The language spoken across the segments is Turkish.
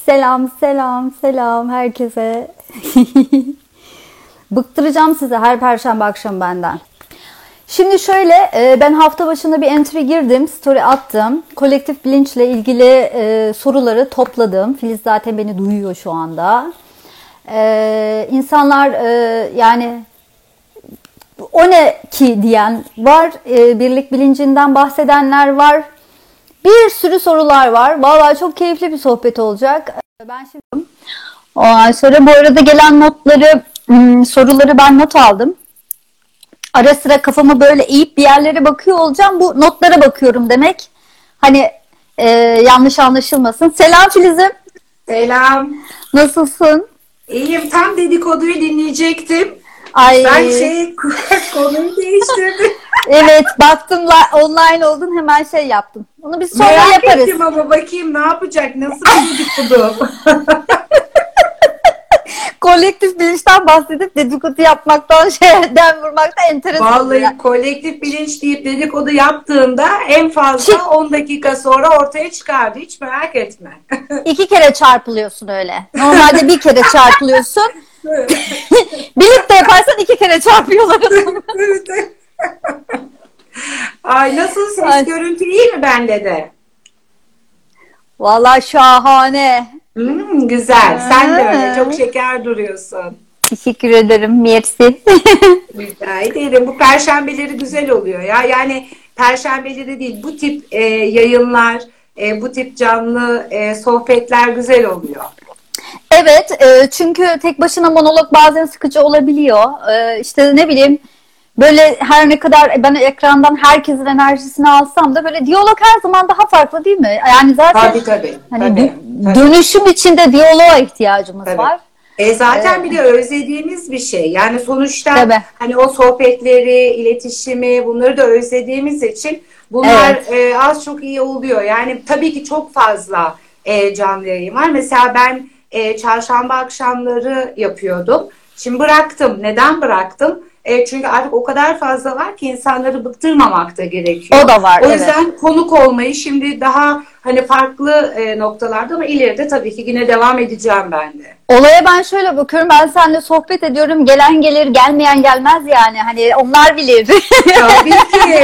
Selam, selam, selam herkese. Bıktıracağım size her perşembe akşamı benden. Şimdi şöyle, ben hafta başında bir entry girdim, story attım. Kolektif bilinçle ilgili soruları topladım. Filiz zaten beni duyuyor şu anda. İnsanlar yani o ne ki diyen var, birlik bilincinden bahsedenler var. Bir sürü sorular var. Vallahi çok keyifli bir sohbet olacak. Ben şimdi ondan sonra bu arada gelen notları, soruları ben not aldım. Ara sıra kafamı böyle eğip bir yerlere bakıyor olacağım. Bu notlara bakıyorum demek. Hani yanlış anlaşılmasın. Selam Filiz'im. Selam. Nasılsın? İyiyim. Tam dedikoduyu dinleyecektim. Ay. Ben konuyu değiştirdim. Evet, baktım online oldun, hemen şey yaptım. Onu biz sonra Merak yaparız. ettim ama bakayım ne yapacak? Nasıl bir dedikodu? Kolektif bilinçten bahsedip dedikodu yapmaktan, şeyden vurmaktan enteresan. Vallahi Yani. kolektif bilinç deyip dedikodu yaptığında en fazla 10 dakika sonra ortaya çıkardı. Hiç merak etme. 2 kere çarpılıyorsun öyle. Normalde bir kere çarpılıyorsun. Birlikte yaparsan 2 kere çarpıyorlar. Evet. Ay nasıl ses Ay. görüntü iyi mi bende de? Vallahi şahane. Güzel. Sen de öyle. Çok şeker duruyorsun. Teşekkür ederim. Mersi. Rica ederim. Bu perşembeleri güzel oluyor ya. Yani perşembeleri değil, bu tip yayınlar, bu tip canlı sohbetler güzel oluyor. Evet, çünkü tek başına monolog bazen sıkıcı olabiliyor. İşte ne bileyim, böyle her ne kadar ben ekrandan herkesin enerjisini alsam da böyle diyalog her zaman daha farklı değil mi? Yani zaten Tabii. hani dönüşüm içinde diyaloğa ihtiyacımız Tabii. var. Zaten bir de özlediğimiz bir şey. Yani sonuçta Tabii. hani o sohbetleri, iletişimi bunları da özlediğimiz için bunlar az çok iyi oluyor. Yani tabii ki çok fazla canlı yayın var. Mesela ben çarşamba akşamları yapıyordum. Şimdi bıraktım. Neden bıraktım? Çünkü artık o kadar fazla var ki insanları bıktırmamak da gerekiyor. O da var. O yüzden konuk olmayı şimdi daha hani farklı noktalarda ama ileride tabii ki yine devam edeceğim ben de. Olaya ben şöyle bakıyorum. Ben seninle sohbet ediyorum. Gelen gelir, gelmeyen gelmez yani. Hani onlar bilir. Tabii ki.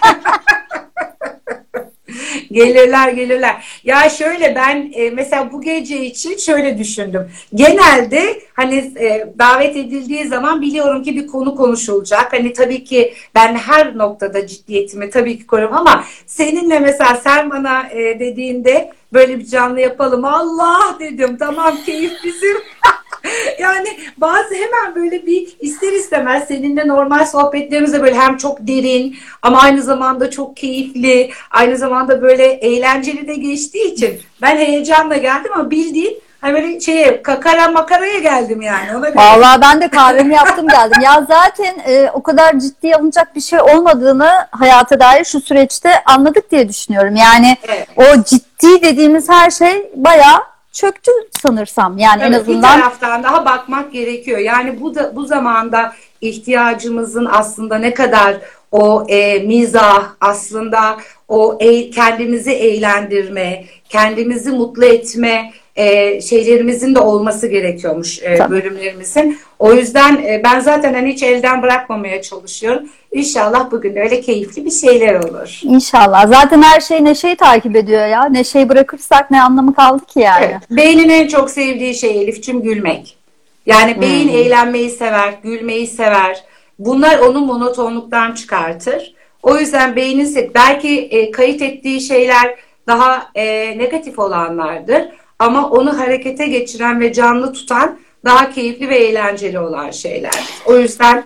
Gelirler. Ya şöyle ben mesela bu gece için şöyle düşündüm. Genelde hani davet edildiği zaman biliyorum ki bir konu konuşulacak. Hani tabii ki ben her noktada ciddiyetimi tabii ki korurum ama seninle mesela sen bana dediğinde böyle bir canlı yapalım. Allah dedim, tamam, keyif bizim. Yani bazı hemen böyle bir ister istemez seninle normal sohbetlerimizde böyle hem çok derin ama aynı zamanda çok keyifli, aynı zamanda böyle eğlenceli de geçtiği için ben heyecanla geldim ama bildiğin hani böyle kakara makaraya geldim yani. Ona göre. Vallahi ben de kahvemi yaptım geldim. Ya zaten o kadar ciddiye alınacak bir şey olmadığını hayata dair şu süreçte anladık diye düşünüyorum. Yani Evet. o ciddi dediğimiz her şey bayağı çöktü sanırsam. Yani Evet, en bir azından taraftan daha bakmak gerekiyor. Yani bu zamanda ihtiyacımızın aslında ne kadar o mizah, aslında o kendimizi eğlendirme, kendimizi mutlu etme şeylerimizin de olması gerekiyormuş, bölümlerimizin. O yüzden ben zaten hani hiç elden bırakmamaya çalışıyorum. İnşallah bugün de öyle keyifli bir şeyler olur. İnşallah. Zaten her şey Neşe'yi takip ediyor ya. Neşe'yi bırakırsak ne anlamı kaldı ki yani? Evet. Beynin en çok sevdiği şey Elif'cim gülmek. Yani beyin eğlenmeyi sever, gülmeyi sever. Bunlar onu monotonluktan çıkartır. O yüzden beynin belki kayıt ettiği şeyler daha negatif olanlardır. Ama onu harekete geçiren ve canlı tutan daha keyifli ve eğlenceli olan şeyler. O yüzden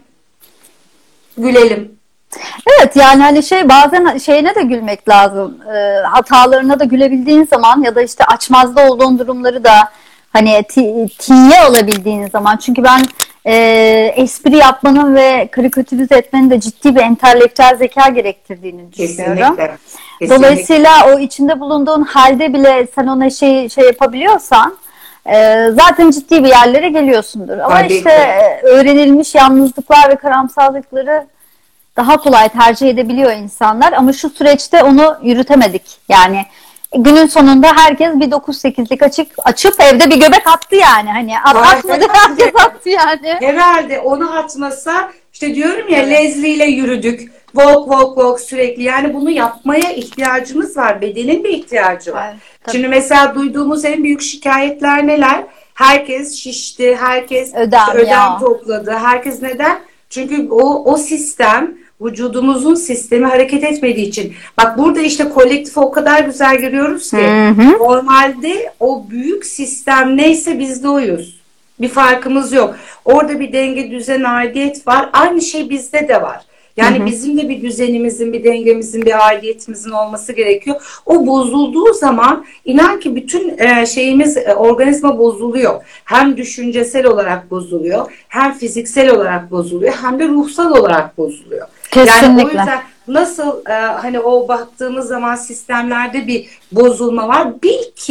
gülelim. Evet, yani hani bazen şeyine de gülmek lazım. Hatalarına da gülebildiğin zaman ya da işte açmazda olduğun durumları da hani tiye alabildiğin zaman. Çünkü ben espri yapmanın ve karikatürize etmenin de ciddi bir entelektüel zeka gerektirdiğini düşünüyorum. Kesinlikle. Dolayısıyla o içinde bulunduğun halde bile sen ona şey yapabiliyorsan zaten ciddi bir yerlere geliyorsundur. Ama Tabii işte ki. öğrenilmiş yalnızlıklar ve karamsarlıkları daha kolay tercih edebiliyor insanlar ama şu süreçte onu yürütemedik. Yani Günün sonunda herkes bir 9-8'lik açıp evde bir göbek attı yani. Hani atmadı, herkes attı yani. Herhalde onu atmasa, işte diyorum ya, Leslie ile yürüdük. Walk walk walk sürekli. Yani bunu yapmaya ihtiyacımız var. Bedenin de ihtiyacı var. Evet, tabii. Şimdi mesela duyduğumuz en büyük şikayetler neler? Herkes şişti, herkes ödem topladı. Herkes neden? Çünkü o sistem, vücudumuzun sistemi hareket etmediği için. Bak burada işte kolektifi o kadar güzel görüyoruz ki. Normalde o büyük sistem neyse biz de oyuz. Bir farkımız yok. Orada bir denge, düzen, aidiyet var. Aynı şey bizde de var. Yani bizim de bir düzenimizin, bir dengemizin, bir aidiyetimizin olması gerekiyor. O bozulduğu zaman inan ki bütün şeyimiz, organizma bozuluyor. Hem düşüncesel olarak bozuluyor, hem fiziksel olarak bozuluyor, hem de ruhsal olarak bozuluyor. Kesinlikle. Yani o yüzden nasıl hani o baktığımız zaman sistemlerde bir bozulma var.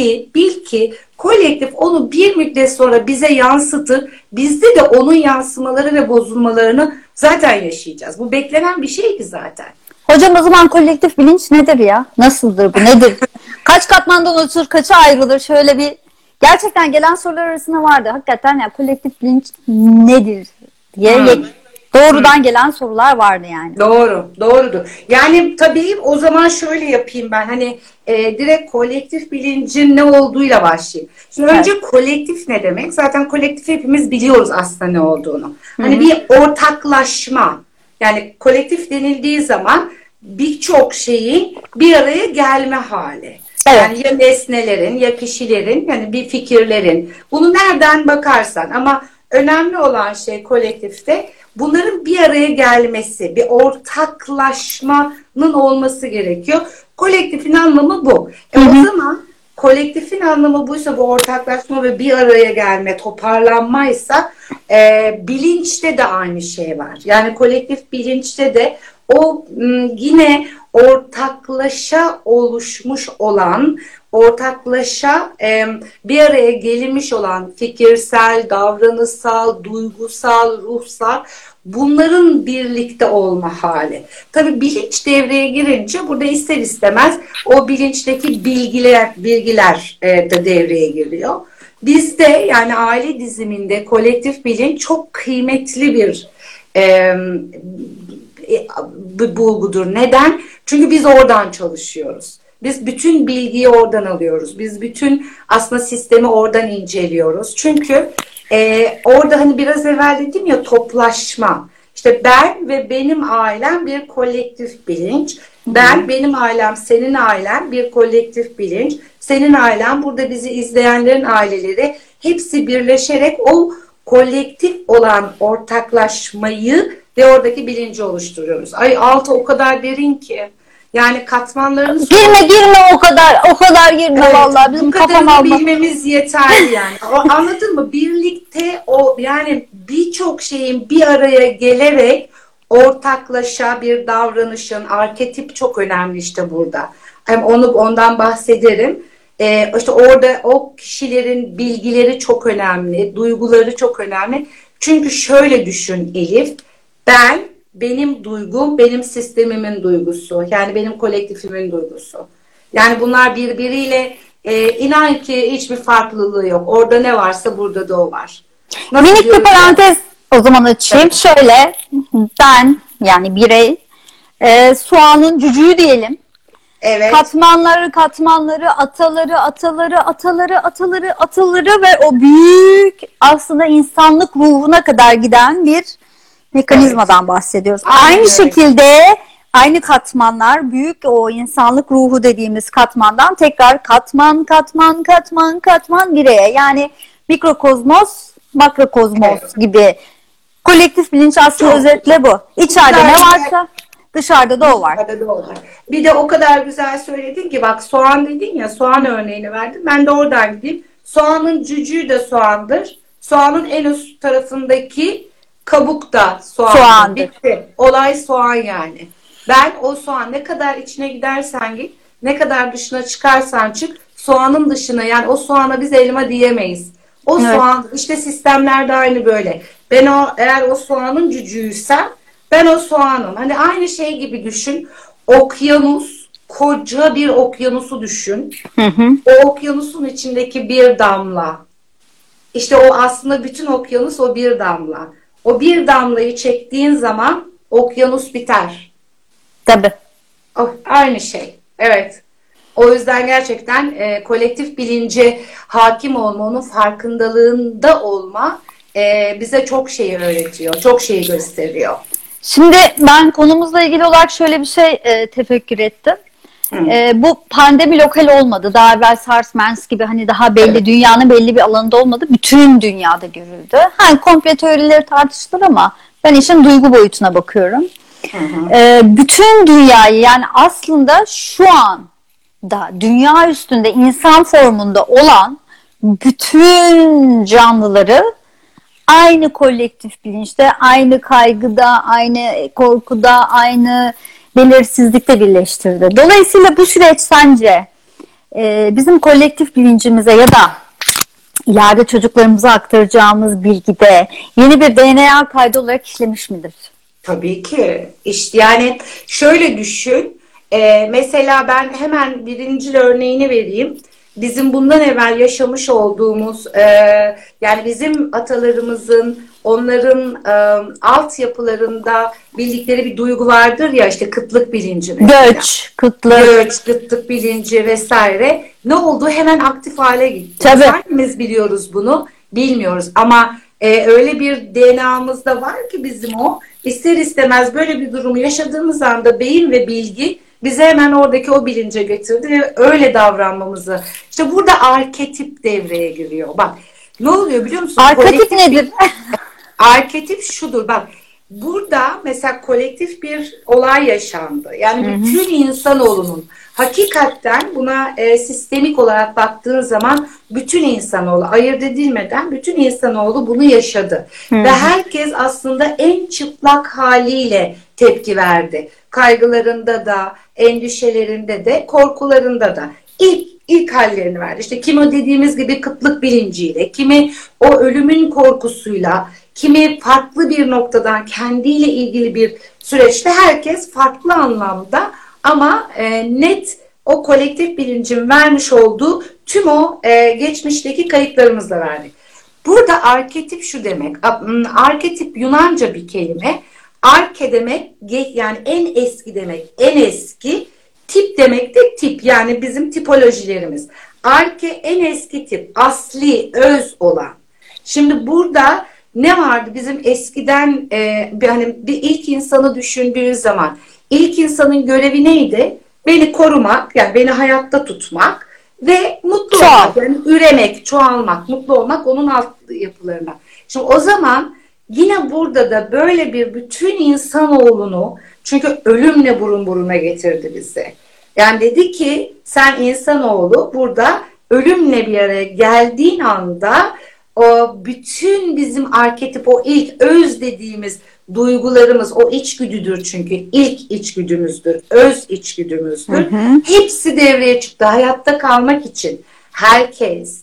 Bil ki kolektif onu bir müddet sonra bize yansıtır. Bizde de onun yansımaları ve bozulmalarını zaten yaşayacağız. Bu beklenen bir şeydi zaten. Hocam o zaman kolektif bilinç nedir ya? Nasıldır bu? Nedir? Kaç katmandan oluşur? Kaça ayrılır? Şöyle bir gerçekten gelen sorular arasında vardı. Hakikaten ya kolektif bilinç nedir diye doğrudan gelen sorular vardı yani. Doğrudur. Yani tabii o zaman şöyle yapayım ben. Hani direkt kolektif bilincin ne olduğuyla başlayayım. Şimdi önce kolektif ne demek? Zaten kolektif hepimiz biliyoruz aslında ne olduğunu. Hani bir ortaklaşma. Yani kolektif denildiği zaman birçok şeyin bir araya gelme hali. Evet. Yani ya nesnelerin ya kişilerin, yani bir fikirlerin. Bunu nereden bakarsan, ama önemli olan şey kolektifte bunların bir araya gelmesi, bir ortaklaşmanın olması gerekiyor. Kolektifin anlamı bu. O zaman kolektifin anlamı buysa, bu ortaklaşma ve bir araya gelme, toparlanmaysa, bilinçte de aynı şey var. Yani kolektif bilinçte de o yine ortaklaşa oluşmuş olan, ortaklaşa bir araya gelinmiş olan fikirsel, davranışsal, duygusal, ruhsal, bunların birlikte olma hali. Tabii bilinç devreye girince burada ister istemez o bilinçteki bilgiler de devreye giriyor. Bizde yani aile diziminde kolektif bilinç çok kıymetli bir bulgudur. Neden? Çünkü biz oradan çalışıyoruz. Biz bütün bilgiyi oradan alıyoruz. Biz bütün aslında sistemi oradan inceliyoruz. Çünkü orada hani biraz evvel dedim ya, toplaşma. İşte ben ve benim ailem bir kolektif bilinç. Benim ailem, senin ailen bir kolektif bilinç. Senin ailen, burada bizi izleyenlerin aileleri, hepsi birleşerek o kolektif olan ortaklaşmayı ve oradaki bilinci oluşturuyoruz. Ay, altı o kadar derin ki. Yani katmanlarını girme o kadar girme, evet, vallahi bizim kafam alma. Bilmemiz yeterli yani. Anladın mı? Birlikte o, yani birçok şeyin bir araya gelerek ortaklaşa bir davranışın, arketip çok önemli işte burada. Hem ondan bahsederim. İşte orada o kişilerin bilgileri çok önemli, duyguları çok önemli. Çünkü şöyle düşün Elif, benim duygum, benim sistemimin duygusu, yani benim kolektifimin duygusu. Yani bunlar birbiriyle inan ki hiçbir farklılığı yok. Orada ne varsa burada da o var. Nasıl minik bir parantez o zaman açayım. Evet. Şöyle, ben yani birey soğanın cücüğü diyelim. Evet. Katmanları, ataları ve o büyük aslında insanlık ruhuna kadar giden bir mekanizmadan bahsediyoruz. Aynı şekilde aynı katmanlar, büyük o insanlık ruhu dediğimiz katmandan tekrar katman bireye, yani mikrokozmos, makrokozmos gibi. Kolektif bilinç aslında özetle bu. İçeride ne varsa dışarıda da o var. Bir de o kadar güzel söyledin ki, bak soğan dedin ya, soğan örneğini verdim. Ben de oradan gideyim. Soğanın cücüğü de soğandır. Soğanın en üst tarafındaki kabuk da soğandır. Bitti. Olay soğan yani. Ben o soğan, ne kadar içine gidersen git, ne kadar dışına çıkarsan çık, soğanın dışına, yani o soğana biz elma diyemeyiz. O soğan, işte sistemlerde aynı böyle. Eğer o soğanın cücüğüysem, ben o soğanım. Hani aynı şey gibi düşün. Okyanus koca bir okyanusu düşün. Hı hı. O okyanusun içindeki bir damla. İşte o aslında bütün okyanus o bir damla. O bir damlayı çektiğin zaman okyanus biter. Tabii. Oh, aynı şey. Evet. O yüzden gerçekten kolektif bilince hakim olma, onun farkındalığında olma bize çok şeyi öğretiyor, çok şeyi gösteriyor. Şimdi ben konumuzla ilgili olarak şöyle bir şey tefekkür ettim. Hı. Bu pandemi lokal olmadı. Daha evvel SARS, MERS gibi hani daha belli, Evet. dünyanın belli bir alanında olmadı. Bütün dünyada görüldü. Hani komple teorileri tartışılır ama ben işin duygu boyutuna bakıyorum. Hı hı. Bütün dünyayı, yani aslında şu anda dünya üstünde insan formunda olan bütün canlıları aynı kolektif bilinçte, aynı kaygıda, aynı korkuda, aynı belirsizlikte birleştirdi. Dolayısıyla bu süreç sence bizim kolektif bilincimize ya da ileride çocuklarımıza aktaracağımız bilgide yeni bir DNA kaydı olarak işlemiş midir? Tabii ki. İşte yani şöyle düşün. Mesela ben hemen birinci örneğini vereyim. Bizim bundan evvel yaşamış olduğumuz yani bizim atalarımızın onların altyapılarında bildikleri bir duygu vardır ya, işte kıtlık bilinci mesela. Göç, kıtlık. Göç, kıtlık bilinci vesaire. Ne oldu? Hemen aktif hale gitti. Tabii. Hangimiz biliyoruz bunu? Bilmiyoruz. Ama öyle bir DNA'mızda var ki bizim o. İster istemez böyle bir durumu yaşadığımız anda beyin ve bilgi bizi hemen oradaki o bilince getirdi ve öyle davranmamızı. İşte burada arketip devreye giriyor. Bak, ne oluyor biliyor musun? Arketip nedir? Arketip şudur, bak. Burada mesela kolektif bir olay yaşandı. Yani bütün insanoğlunun hakikaten buna sistemik olarak baktığın zaman bütün insanoğlu ayırt edilmeden bütün insanoğlu bunu yaşadı. Ve herkes aslında en çıplak haliyle tepki verdi. Kaygılarında da, endişelerinde de, korkularında da. İlk hallerini verdi. İşte kimi dediğimiz gibi kıtlık bilinciyle, kimi o ölümün korkusuyla, kimi farklı bir noktadan kendiyle ilgili bir süreçte, herkes farklı anlamda ama net o kolektif bilincin vermiş olduğu tüm o geçmişteki kayıplarımızla verdik. Burada arketip şu demek. Arketip Yunanca bir kelime. Arke demek yani en eski demek. En eski. Tip demek de tip, yani bizim tipolojilerimiz. Arke en eski tip, asli, öz olan. Şimdi burada ne vardı bizim eskiden hani bir ilk insanı düşündüğü zaman ilk insanın görevi neydi? Beni korumak, yani beni hayatta tutmak ve mutlu olmak, yani üremek, çoğalmak, mutlu olmak onun alt yapılarına. Şimdi o zaman yine burada da böyle bir bütün insanoğlunu, çünkü ölümle burun buruna getirdi bizi. Yani dedi ki sen insanoğlu burada ölümle bir araya geldiğin anda o bütün bizim arketip, o ilk öz dediğimiz duygularımız, o içgüdüdür, çünkü ilk içgüdümüzdür, öz içgüdümüzdür. Hepsi devreye çıktı hayatta kalmak için. Herkes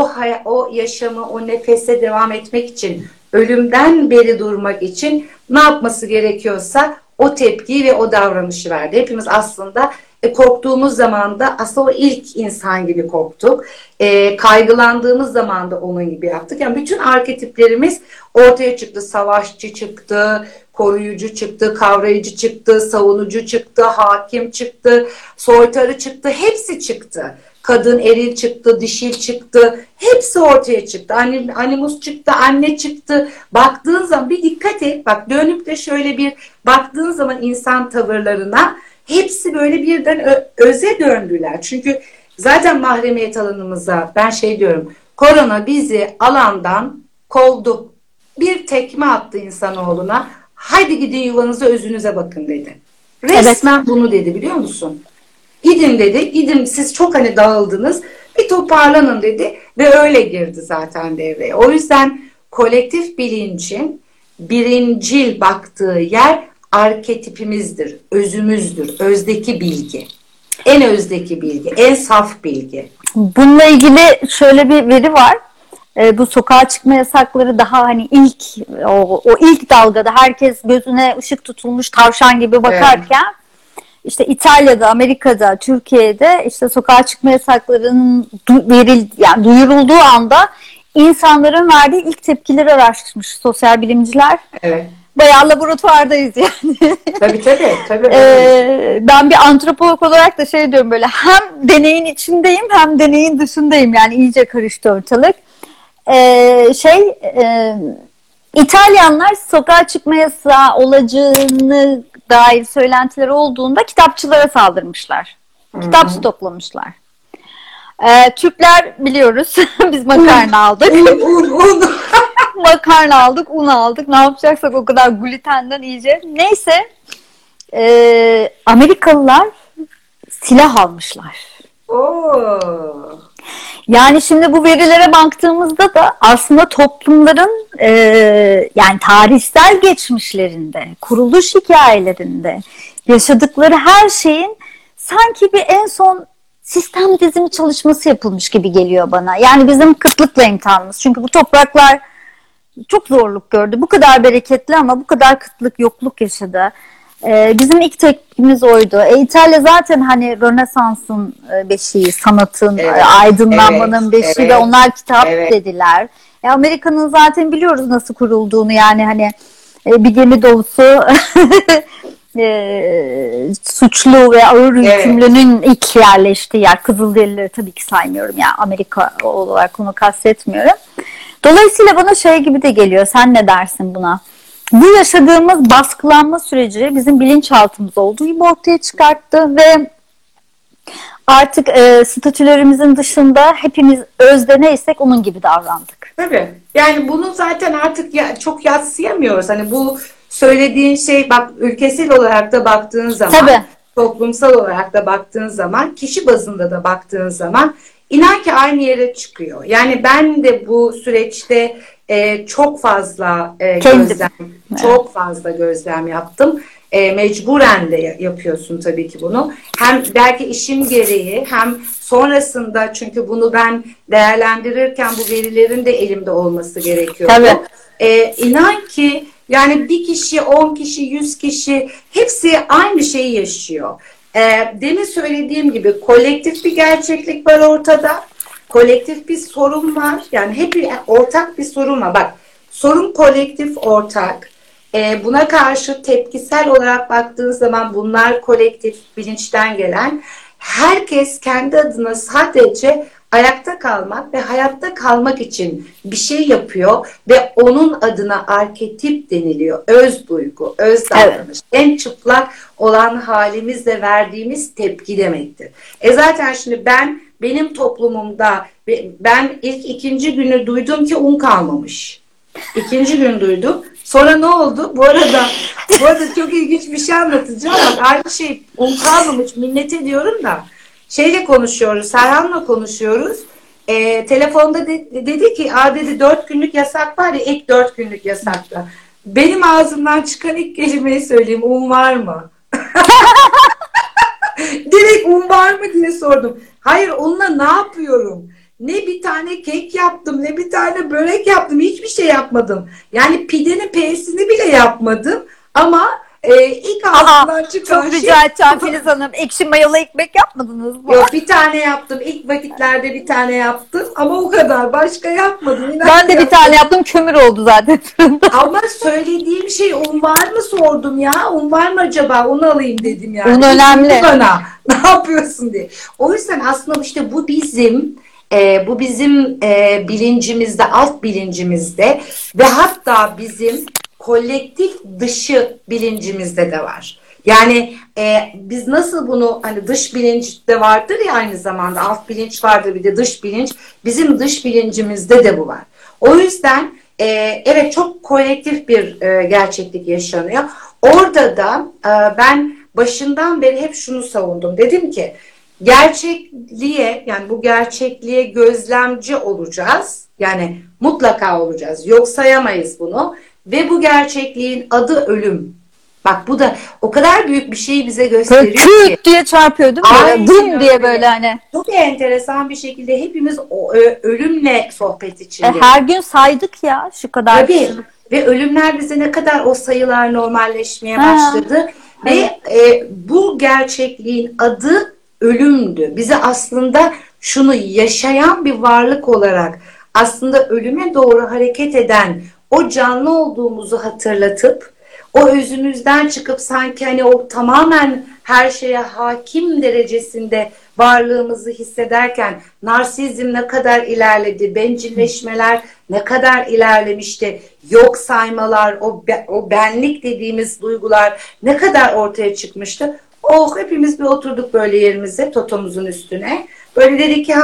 o yaşamı, o nefese devam etmek için, ölümden beri durmak için ne yapması gerekiyorsa o tepkiyi ve o davranışı verdi. Hepimiz aslında korktuğumuz zaman da aslında o ilk insan gibi korktuk. Kaygılandığımız zaman da onun gibi yaptık. Yani bütün arketiplerimiz ortaya çıktı. Savaşçı çıktı, koruyucu çıktı, kavrayıcı çıktı, savunucu çıktı, hakim çıktı, soytarı çıktı. Hepsi çıktı. Kadın, eril çıktı, dişil çıktı. Hepsi ortaya çıktı. Animus çıktı, anne çıktı. Baktığın zaman bir dikkat et. Bak, dönüp de şöyle bir baktığın zaman insan tavırlarına, hepsi böyle birden öze döndüler. Çünkü zaten mahremiyet alanımıza ben şey diyorum. Korona bizi alandan kovdu. Bir tekme attı insanoğluna. Haydi gidin yuvanıza, özünüze bakın dedi. Resmen bunu dedi, biliyor musun? Gidin dedi. Gidin, siz çok hani dağıldınız. Bir toparlanın dedi. Ve öyle girdi zaten devreye. O yüzden kolektif bilincin birincil baktığı yer arketipimizdir, özümüzdür, özdeki bilgi. En özdeki bilgi, en saf bilgi. Bununla ilgili şöyle bir veri var. Bu sokağa çıkma yasakları daha hani o ilk dalgada herkes gözüne ışık tutulmuş tavşan gibi bakarken işte İtalya'da, Amerika'da, Türkiye'de işte sokağa çıkma yasaklarının yani duyurulduğu anda insanların verdiği ilk tepkileri araştırmış sosyal bilimciler. Evet. Bayağı laboratuvardayız yani. Tabii tabii. Tabii. Ben bir antropolog olarak da şey diyorum, böyle hem deneyin içindeyim hem deneyin dışındayım, yani iyice karıştı ortalık. İtalyanlar sokağa çıkma yasağı olacağını dair söylentiler olduğunda kitapçılara saldırmışlar. Kitap stoklamışlar. Türkler biliyoruz biz makarna aldık. Un. Makarna aldık, un aldık. Ne yapacaksak o kadar glutenden iyice. Neyse, Amerikalılar silah almışlar. Oo. Yani şimdi bu verilere baktığımızda da aslında toplumların yani tarihsel geçmişlerinde, kuruluş hikayelerinde yaşadıkları her şeyin sanki bir en son sistem dizimi çalışması yapılmış gibi geliyor bana. Yani bizim kıtlıkla imtihanımız. Çünkü bu topraklar çok zorluk gördü. Bu kadar bereketli ama bu kadar kıtlık, yokluk yaşadı. Bizim ilk tepkimiz oydu. İtalya zaten hani Rönesans'ın beşiği, sanatın, Evet, aydınlanmanın beşiği evet, ve onlar kitap evet. dediler. Amerika'nın zaten biliyoruz nasıl kurulduğunu, yani hani bir gemi dolusu suçlu ve ağır yükümlünün ilk yerleştiği yer. Kızılderilileri tabii ki saymıyorum, yani Amerika olarak onu kastetmiyorum. Dolayısıyla bana şey gibi de geliyor. Sen ne dersin buna? Bu yaşadığımız baskılanma süreci bizim bilinçaltımız olduğu gibi ortaya çıkarttı ve artık statülerimizin dışında hepimiz özde neysek onun gibi davrandık. Tabii. Yani bunu zaten artık çok yadsıyamıyoruz. Hani bu söylediğin şey, bak, ülkesel olarak da baktığın zaman, Tabii. toplumsal olarak da baktığın zaman, kişi bazında da baktığın zaman inan ki aynı yere çıkıyor. Yani ben de bu süreçte çok fazla çok fazla gözlem yaptım. Mecburen de yapıyorsun tabii ki bunu. Hem belki işim gereği hem sonrasında, çünkü bunu ben değerlendirirken bu verilerin de elimde olması gerekiyordu. İnan ki yani bir kişi, 10 kişi, 100 kişi hepsi aynı şeyi yaşıyor. Demin söylediğim gibi kolektif bir gerçeklik var ortada. Kolektif bir sorun var. Yani hep ortak bir sorun var. Bak, sorun kolektif, ortak. Buna karşı tepkisel olarak baktığın zaman bunlar kolektif bilinçten gelen. Herkes kendi adına sadece ayakta kalmak ve hayatta kalmak için bir şey yapıyor ve onun adına arketip deniliyor. Öz duygu, öz davranış. Evet. En çıplak olan halimizle verdiğimiz tepki demektir. Zaten şimdi benim toplumumda ben ikinci günü duydum ki un kalmamış. İkinci gün duydum. Sonra ne oldu? Bu arada çok ilginç bir şey anlatacağım. Bak, aynı şey, un kalmamış, minnet ediyorum da. Şeyle konuşuyoruz, Serhan'la konuşuyoruz. Telefonda dedi ki, dedi 4 günlük yasak var ya, ilk 4 günlük yasakta. Benim ağzımdan çıkan ilk kelimeyi söyleyeyim, un var mı? Direkt un var mı diye sordum. Hayır, onunla ne yapıyorum? Ne bir tane kek yaptım, ne bir tane börek yaptım, hiçbir şey yapmadım. Yani pidenin P'sini bile yapmadım ama ilk ağzından çıkan çok rica edeceğim Filiz Hanım, ekşi mayalı ekmek yapmadınız mı? Yok, bir tane yaptım. İlk vakitlerde bir tane yaptım ama o kadar. Başka yapmadım. Ben de bir tane yaptım, kömür oldu zaten fırında. Ama söylediğim şey, un var mı sordum ya. Un var mı acaba? Onu alayım dedim yani. Un önemli. Bana. Ne yapıyorsun diye. O yüzden aslında işte bu bizim bilincimizde, alt bilincimizde ve hatta bizim kolektif dışı bilincimizde de var. Yani biz nasıl bunu, hani dış bilinç de vardır ya, aynı zamanda alt bilinç vardır, bir de dış bilinç. Bizim dış bilincimizde de bu var. O yüzden evet, çok kolektif bir gerçeklik yaşanıyor. Orada da ben başından beri hep şunu savundum. Dedim ki gerçekliğe, yani bu gerçekliğe gözlemci olacağız. Yani mutlaka olacağız. Yok sayamayız bunu. Ve bu gerçekliğin adı ölüm. Bak, bu da o kadar büyük bir şeyi bize gösteriyor ki. Küt diye çarpıyor değil mi? Aynen, dım diye böyle hani. Çok enteresan bir şekilde hepimiz ölümle sohbet içindeyiz. Her gün saydık ya şu kadar. Tabii. Ve ölümler bize ne kadar, o sayılar normalleşmeye başladı. Ve bu gerçekliğin adı ölümdü. Bizi aslında şunu yaşayan bir varlık olarak aslında ölüme doğru hareket eden o canlı olduğumuzu hatırlatıp o özümüzden çıkıp sanki hani o tamamen her şeye hakim derecesinde varlığımızı hissederken narsizm ne kadar ilerledi, bencilleşmeler ne kadar ilerlemişti, yok saymalar, o benlik dediğimiz duygular ne kadar ortaya çıkmıştı. Oh, hepimiz bir oturduk böyle yerimize, totomuzun üstüne. Böyle dedik ki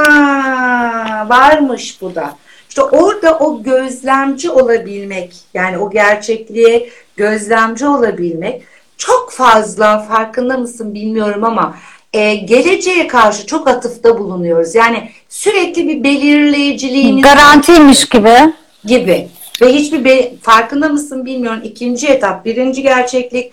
ha, varmış bu da. İşte orada o gözlemci olabilmek, yani o gerçekliğe gözlemci olabilmek çok fazla, farkında mısın bilmiyorum ama geleceğe karşı çok atıfta bulunuyoruz. Yani sürekli bir belirleyiciliğimiz Garantiymiş gibi. Ve farkında mısın bilmiyorum. İkinci etap, birinci gerçeklik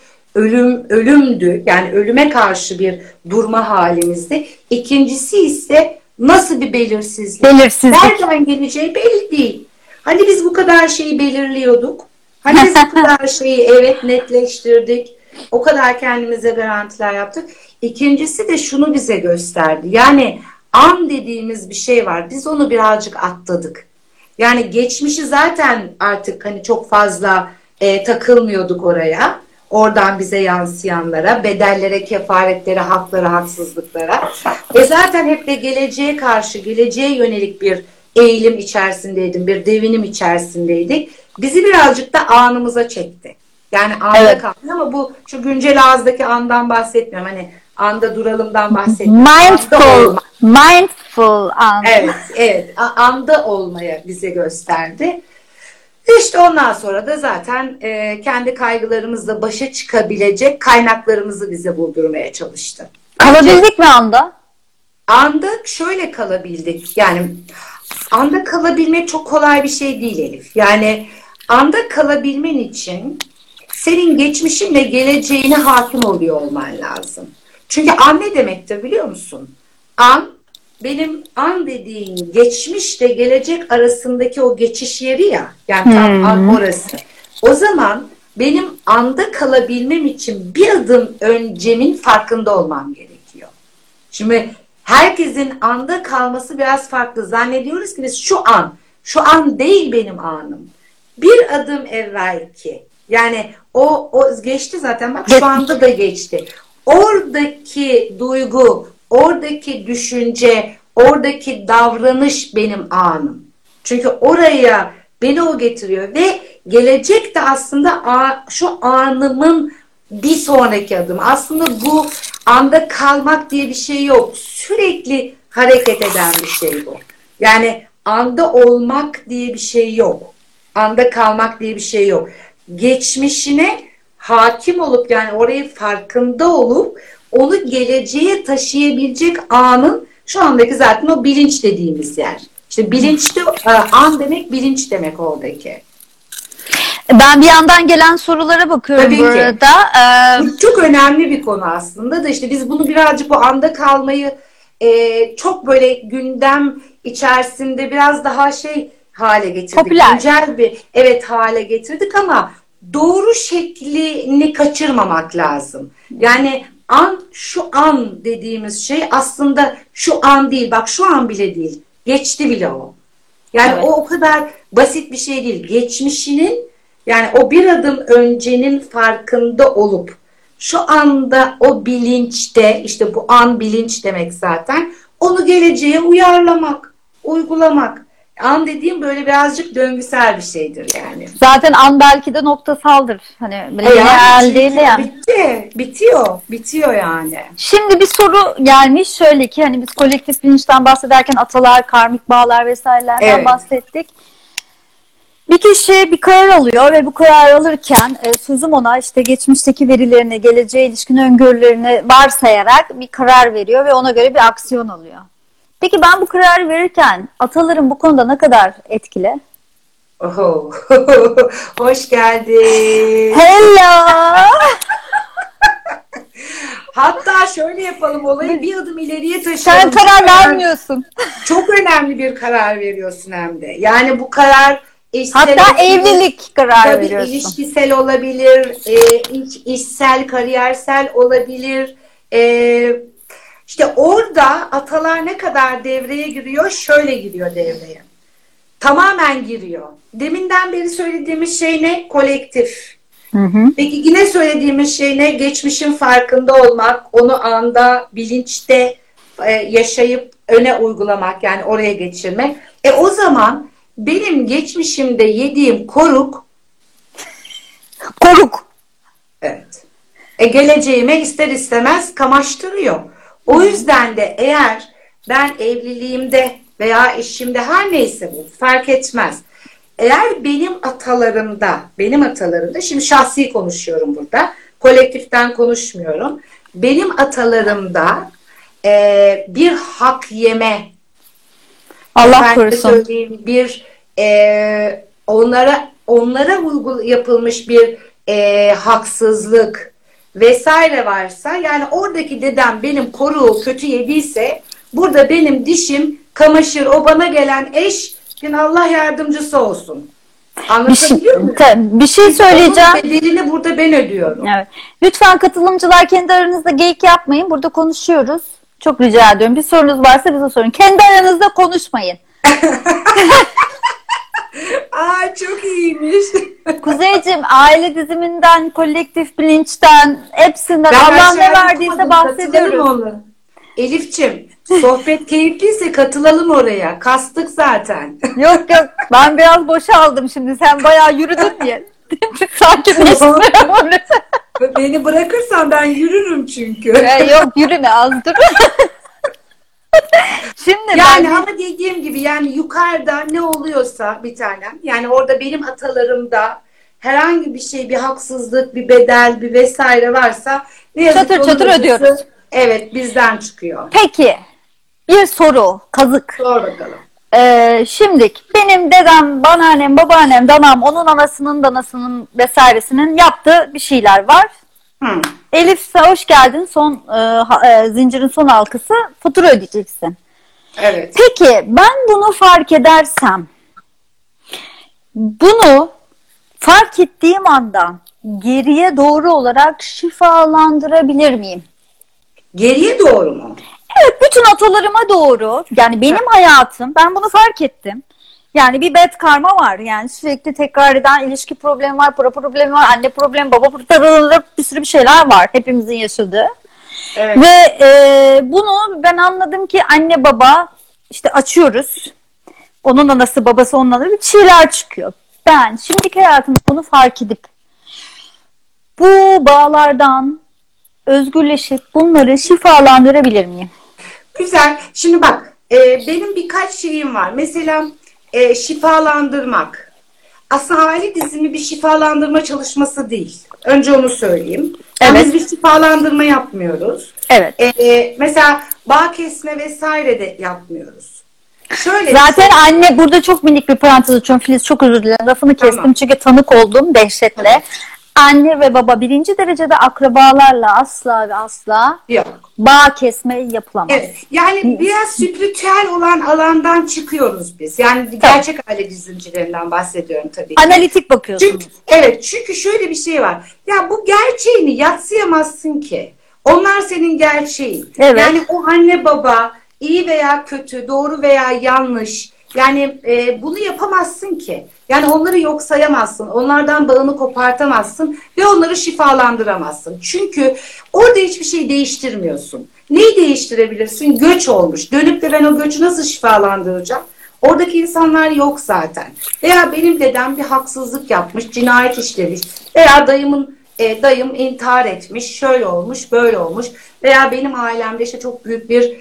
ölümdü. Yani ölüme karşı bir durma halimizdi. İkincisi ise nasıl bir belirsizlik? Nereden geleceği belli değil. Hani biz bu kadar şeyi belirliyorduk. Hani biz bu kadar şeyi evet netleştirdik. O kadar kendimize garantiler yaptık. İkincisi de şunu bize gösterdi. Yani an dediğimiz bir şey var. Biz onu birazcık atladık. Yani geçmişi zaten artık hani çok fazla takılmıyorduk oraya. Oradan bize yansıyanlara, bedellere, kefaretlere, haklara, haksızlıklara. Zaten hep de geleceğe karşı, geleceğe yönelik bir eğilim içerisindeydim, bir devinim içerisindeydik. Bizi birazcık da anımıza çekti. Yani anda kaldı ama bu şu güncel ağızdaki andan bahsetmiyorum. Hani anda duralımdan bahsetmiyorum. Mindful an. Evet, evet. Anda olmaya bize gösterdi. İşte ondan sonra da zaten kendi kaygılarımızla başa çıkabilecek kaynaklarımızı bize buldurmaya çalıştı. Kalabildik mi anda? Anda şöyle kalabildik. Yani anda kalabilmek çok kolay bir şey değil Elif. Yani anda kalabilmen için senin geçmişinle geleceğine hakim oluyor olman lazım. Çünkü an ne demektir biliyor musun? An, benim an dediğim geçmişle gelecek arasındaki o geçiş yeri ya. Yani tam an orası. O zaman benim anda kalabilmem için bir adım öncemin farkında olmam gerekiyor. Şimdi herkesin anda kalması biraz farklı. Zannediyoruz ki biz şu an değil benim anım. Bir adım evvelki. Yani o geçti zaten, bak şu anda da geçti. Oradaki duygu, oradaki düşünce, oradaki davranış benim anım. Çünkü oraya beni o getiriyor ve gelecek de aslında şu anımın bir sonraki adım. Aslında bu anda kalmak diye bir şey yok. Sürekli hareket eden bir şey bu. Yani anda olmak diye bir şey yok. Anda kalmak diye bir şey yok. Geçmişine hakim olup yani orayı farkında olup onu geleceğe taşıyabilecek anın şu andaki zaten o bilinç dediğimiz yer. İşte bilinçli an demek bilinç demek oradaki. Ben bir yandan gelen sorulara bakıyorum Tabii bu arada. Bu çok önemli bir konu aslında da işte biz bunu birazcık bu anda kalmayı çok böyle gündem içerisinde biraz daha şey hale getirdik. Popüler. Güncel bir hale getirdik ama doğru şeklini kaçırmamak lazım. Yani şu an dediğimiz şey aslında şu an değil. Bak şu an bile değil. Geçti bile o. Yani o kadar basit bir şey değil. Geçmişinin yani o bir adım öncenin farkında olup şu anda o bilinçte, işte bu an bilinç demek zaten, onu geleceğe uyarlamak, uygulamak. An dediğim böyle birazcık döngüsel bir şeydir yani. Zaten an belki de noktasaldır. Hani lineer değil yani. Bitiyor yani. Şimdi bir soru gelmiş şöyle ki hani biz kolektif bilinçten bahsederken atalar, karmik bağlar vesairelerden bahsettik. Bir kişi bir karar alıyor ve bu karar alırken sözüm ona işte geçmişteki verilerini, geleceğe ilişkin öngörülerini varsayarak bir karar veriyor ve ona göre bir aksiyon alıyor. Peki ben bu kararı verirken atalarım bu konuda ne kadar etkili? Oho. Hoş geldin. Hello. Hatta şöyle yapalım, olayı bir adım ileriye taşıyalım. Sen karar vermiyorsun. Çok önemli bir karar veriyorsun hem de. Yani bu karar İşsel Hatta olabilir. evlilik kararı Tabii veriyorsun. ilişkisel olabilir, işsel, kariyersel olabilir. İşte orada atalar ne kadar devreye giriyor? Şöyle giriyor devreye. Tamamen giriyor. Deminden beri söylediğimiz şey ne? Kolektif. Hı hı. Peki yine söylediğimiz şey ne? Geçmişin farkında olmak, onu anda, bilinçte yaşayıp öne uygulamak, yani oraya geçirmek. O zaman benim geçmişimde yediğim koruk, Koruk. evet, geleceğime ister istemez kamaştırıyor. O yüzden de eğer ben evliliğimde veya eşimde, her neyse bu fark etmez. Eğer benim atalarımda, şimdi şahsi konuşuyorum burada, kolektiften konuşmuyorum. Benim atalarımda bir hak yeme, Allah efendim korusun. söyleyeyim, bir onlara yapılmış bir haksızlık vesaire varsa, yani oradaki dedem benim koruğu kötü yediyse, burada benim dişim kamaşır, o bana gelen eş, yani Allah yardımcısı olsun. Anlatabiliyor muyum? Bir şey söyleyeceğim. Onun bedelini burada ben ödüyorum. Evet. Lütfen katılımcılar kendi aranızda geyik yapmayın. Burada konuşuyoruz. Çok rica ediyorum. Bir sorunuz varsa bize sorun. Kendi aranızda konuşmayın. Aa, çok iyiymiş. Kuzeyciğim, aile diziminden, kolektif bilinçten, hepsinden Ben Allah ne aşağıya verdiyse okumadım, bahsediyoruz. katılalım onu. Elifçim, sohbet keyifliyse katılalım oraya. Kastık zaten. Yok yok, ben biraz boşaldım şimdi. Sen bayağı yürüdün ya. Sakinleştim. Beni bırakırsan ben yürürüm çünkü. Yok, yürüme, az dur. Şimdi Yani ben... ama dediğim gibi, yani yukarıda ne oluyorsa bir tanem, yani orada benim atalarımda herhangi bir şey, bir haksızlık, bir bedel, bir vesaire varsa, ne yazık Çatır ki onun çatır acısı, ödüyoruz. evet, bizden çıkıyor. Peki, bir soru, kazık. Sor bakalım. Şimdilik benim dedem, babaannem, babaannem, danam, onun anasının, danasının vesairesinin yaptığı bir şeyler var. Hı. Elif, hoş geldin. Zincirin son halkası, fatura ödeyeceksin. Evet. Peki ben bunu fark edersem, bunu fark ettiğim anda geriye doğru olarak şifalandırabilir miyim? Geriye doğru mu? Evet, bütün atalarıma doğru. Yani benim hayatım, ben bunu fark ettim. Yani bir bad karma var. Yani sürekli tekrar eden ilişki problemi var, para problemi var, anne problemi, baba problemi, bir sürü bir şeyler var hepimizin yaşadığı. Evet. Ve bunu ben anladım ki anne baba işte açıyoruz. Onun anası babası onun anası, bir şeyler çıkıyor. Ben şimdiki hayatımda bunu fark edip bu bağlardan özgürleşip bunları şifalandırabilir miyim? Güzel. Şimdi bak, benim birkaç şeyim var. Mesela şifalandırmak. Aslında aile dizimi bir şifalandırma çalışması değil. Önce onu söyleyeyim. Yani Evet. biz bir şifalandırma yapmıyoruz. Evet. Mesela bağ kesme vesaire de yapmıyoruz. Şöyle Zaten anne, burada çok minik bir parantez açıyorum Filiz, çok özür dilerim, lafını kestim Tamam. çünkü tanık oldum dehşetle. Evet. Anne ve baba birinci derecede akrabalarla asla ve asla yok. bağ kesme yapılamaz. Evet. Yani biraz spiritüel olan alandan çıkıyoruz biz. Yani gerçek aile dizimcilerinden bahsediyorum tabii ki. Analitik bakıyorsunuz. Çünkü şöyle bir şey var. Ya bu gerçeğini yadsıyamazsın ki. Onlar senin gerçeğin. Evet. Yani o anne baba iyi veya kötü, doğru veya yanlış. Yani bunu yapamazsın ki. Yani onları yok sayamazsın. Onlardan bağını kopartamazsın ve onları şifalandıramazsın. Çünkü orada hiçbir şey değiştirmiyorsun. Neyi değiştirebilirsin? Göç olmuş. Dönüp de ben o göçü nasıl şifalandıracağım? Oradaki insanlar yok zaten. Veya benim dedem bir haksızlık yapmış, cinayet işlemiş. Veya dayım intihar etmiş, şöyle olmuş, böyle olmuş. Veya benim ailemde işte çok büyük bir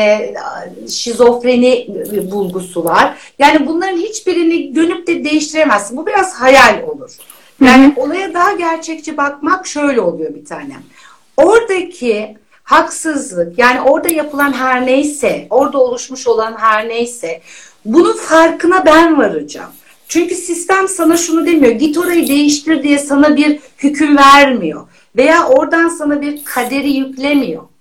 şizofreni bulgusu var. Yani bunların hiçbirini dönüp de değiştiremezsin. Bu biraz hayal olur. Yani olaya daha gerçekçi bakmak şöyle oluyor bir tanem. Oradaki haksızlık, yani orada yapılan her neyse, orada oluşmuş olan her neyse, bunun farkına ben varacağım. Çünkü sistem sana şunu demiyor, git orayı değiştir diye sana bir hüküm vermiyor. Veya oradan sana bir kaderi yüklemiyor.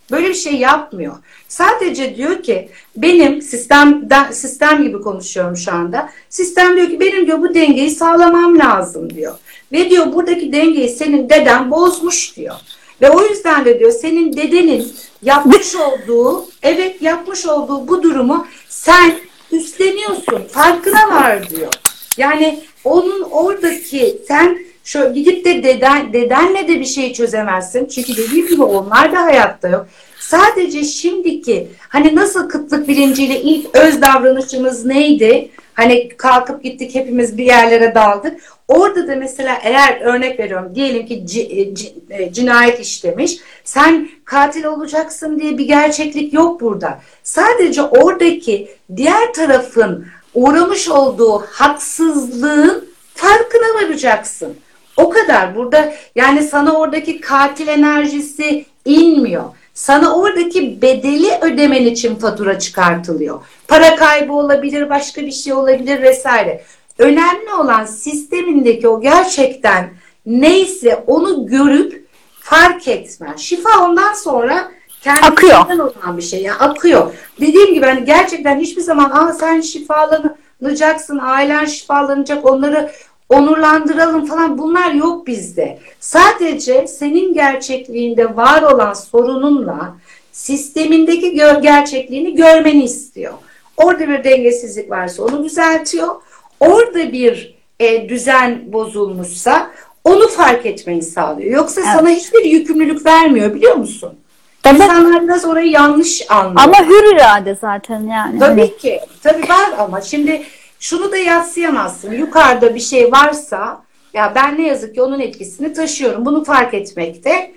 Böyle bir şey yapmıyor. Sadece diyor ki benim sistem gibi konuşuyorum şu anda. Sistem diyor ki benim diyor bu dengeyi sağlamam lazım diyor. Ve diyor buradaki dengeyi senin deden bozmuş diyor. Ve o yüzden de diyor senin dedenin yapmış olduğu, evet yapmış olduğu bu durumu sen üstleniyorsun. Farkına var diyor. Yani onun oradaki sen şöyle gidip de dedenle de bir şey çözemezsin. Çünkü dediğim gibi onlar da hayatta yok. Sadece şimdiki hani nasıl kıtlık bilinciyle ilk öz davranışımız neydi? Hani kalkıp gittik hepimiz bir yerlere daldık. Orada da mesela eğer örnek veriyorum diyelim ki cinayet işlemiş. Sen katil olacaksın diye bir gerçeklik yok burada. Sadece oradaki diğer tarafın uğramış olduğu haksızlığın farkına varacaksın. O kadar. Burada yani sana oradaki katil enerjisi inmiyor. Sana oradaki bedeli ödemen için fatura çıkartılıyor. Para kaybı olabilir, başka bir şey olabilir vesaire. Önemli olan sistemindeki o gerçekten neyse onu görüp fark etme. Şifa ondan sonra kendisinden olan bir şey. Yani akıyor. Dediğim gibi hani gerçekten hiçbir zaman sen şifalanacaksın, ailen şifalanacak, onları onurlandıralım falan bunlar yok bizde. Sadece senin gerçekliğinde var olan sorununla sistemindeki gerçekliğini görmeni istiyor. Orada bir dengesizlik varsa onu düzeltiyor. Orada bir düzen bozulmuşsa onu fark etmeyi sağlıyor. Yoksa sana hiçbir yükümlülük vermiyor biliyor musun? Tabii. İnsanlar biraz orayı yanlış anlıyor. Ama hür irade zaten yani. Tabii ki. Tabii var ama şimdi şunu da yadsıyamazsın. Yukarıda bir şey varsa ya ben ne yazık ki onun etkisini taşıyorum. Bunu fark etmekte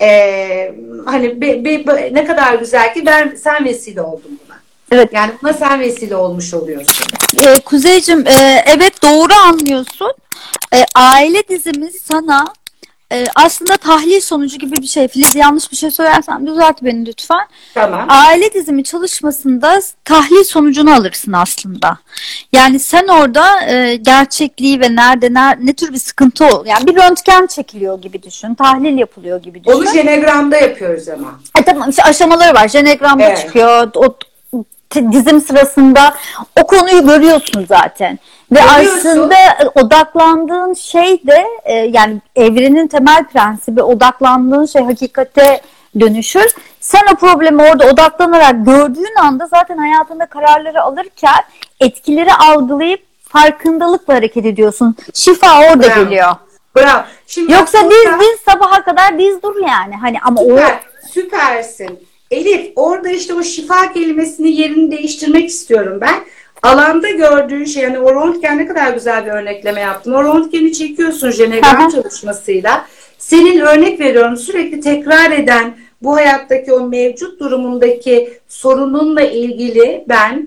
hani ne kadar güzel ki sen vesile oldun buna. Evet. Yani buna sen vesile olmuş oluyorsun. Kuzeyciğim evet doğru anlıyorsun. Aile dizimi sana aslında tahlil sonucu gibi bir şey. Filiz yanlış bir şey söylersem düzelt beni lütfen. Tamam. Aile dizimi çalışmasında tahlil sonucunu alırsın aslında. Yani sen orada gerçekliği ve ne tür bir sıkıntı yani bir röntgen çekiliyor gibi düşün. Tahlil yapılıyor gibi düşün. Onu jenegramda yapıyoruz ama. Tamam işte aşamaları var. Jenegramda çıkıyor. O dizim sırasında o konuyu görüyorsun zaten. Ve aslında odaklandığın şey de yani evrenin temel prensibi odaklandığın şey hakikate dönüşür. Sen o problemi orada odaklanarak gördüğün anda zaten hayatında kararları alırken etkileri algılayıp farkındalıkla hareket ediyorsun. Şifa orada geliyor. Bravo. Şimdi yoksa diz sabaha kadar diz dur yani. Hani ama süpersin. Elif orada işte o şifa kelimesini yerini değiştirmek istiyorum ben. Alanda gördüğün şey yani o röntgen ne kadar güzel bir örnekleme yaptın. O röntgeni çekiyorsun jenegram çalışmasıyla. Senin örnek veriyorum sürekli tekrar eden bu hayattaki o mevcut durumundaki sorununla ilgili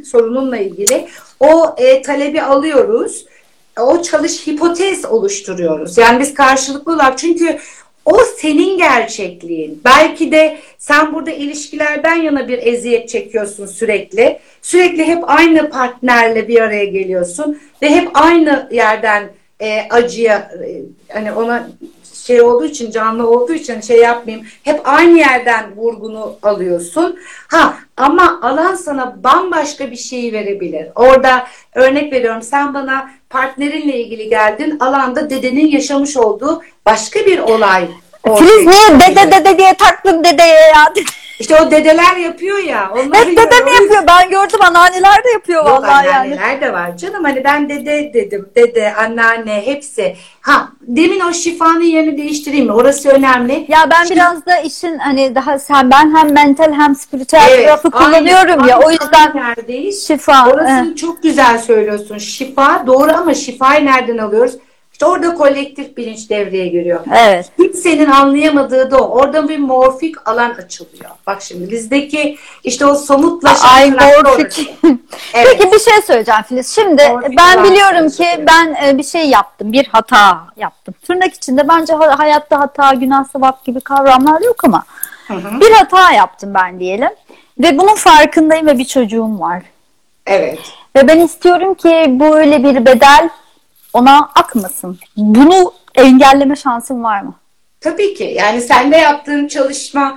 o talebi alıyoruz. O hipotez oluşturuyoruz. Yani biz karşılıklı olarak çünkü o senin gerçekliğin. Belki de sen burada ilişkilerden yana bir eziyet çekiyorsun sürekli. Sürekli hep aynı partnerle bir araya geliyorsun ve hep aynı yerden acıya hani ona şey olduğu için canlı olduğu için şey yapmayayım. Hep aynı yerden vurgunu alıyorsun. Ama alan sana bambaşka bir şey verebilir. Orada örnek veriyorum sen bana partnerinle ilgili geldin. Alanda dedenin yaşamış olduğu başka bir olay. Filiz niye dede diye taktın dedeye ya? İşte o dedeler yapıyor ya. Hep dede mi yapıyor? Ben gördüm anneanneler de yapıyor vallahi yani. Anneanneler de var canım. Hani ben dede dedim. Dede, anneanne hepsi. Demin o şifanın yerini değiştireyim mi? Orası önemli. Ya ben biraz da işin hani daha ben hem mental hem spiritüel tarafı kullanıyorum ya. O yüzden şifa. Orasını çok güzel söylüyorsun. Şifa doğru ama şifayı nereden alıyoruz? İşte orada kolektif bilinç devreye giriyor. Evet. Kimsenin anlayamadığı da o. Orada bir morfik alan açılıyor. Bak şimdi bizdeki işte o somutlaşan morfik. Evet. Peki bir şey söyleyeceğim Filiz. Şimdi morfik ben biliyorum ki ben bir şey yaptım. Bir hata yaptım. Tırnak içinde bence hayatta hata, günah, sevap gibi kavramlar yok ama bir hata yaptım ben diyelim. Ve bunun farkındayım ve bir çocuğum var. Evet. Ve ben istiyorum ki böyle bir bedel ona akmasın. Bunu engelleme şansın var mı? Tabii ki. Yani sende yaptığın çalışma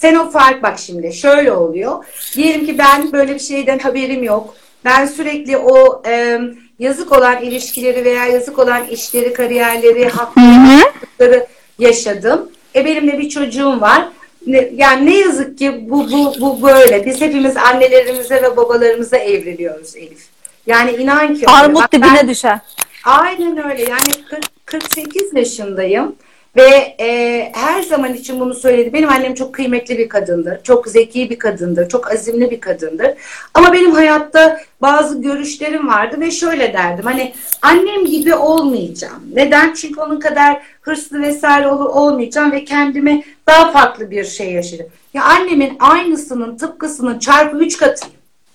Sen o fark bak şimdi şöyle oluyor. Diyelim ki ben böyle bir şeyden haberim yok. Ben sürekli o yazık olan ilişkileri veya yazık olan işleri, kariyerleri, Hı hı. hakları yaşadım. Benim de bir çocuğum var. Yani ne yazık ki bu böyle. Biz hepimiz annelerimize ve babalarımıza evriliyoruz Elif. Yani inan ki öyle. Bak Armut dibine ben düşer. aynen öyle. Yani 48 yaşındayım ve her zaman için bunu söyledi. Benim annem çok kıymetli bir kadındır. Çok zeki bir kadındır. Çok azimli bir kadındır. Ama benim hayatta bazı görüşlerim vardı ve şöyle derdim. Hani annem gibi olmayacağım. Neden? Çünkü onun kadar hırslı vesaire olmayacağım ve kendime daha farklı bir şey yaşadım. Ya annemin aynısının tıpkısının çarpı 3 katıyım.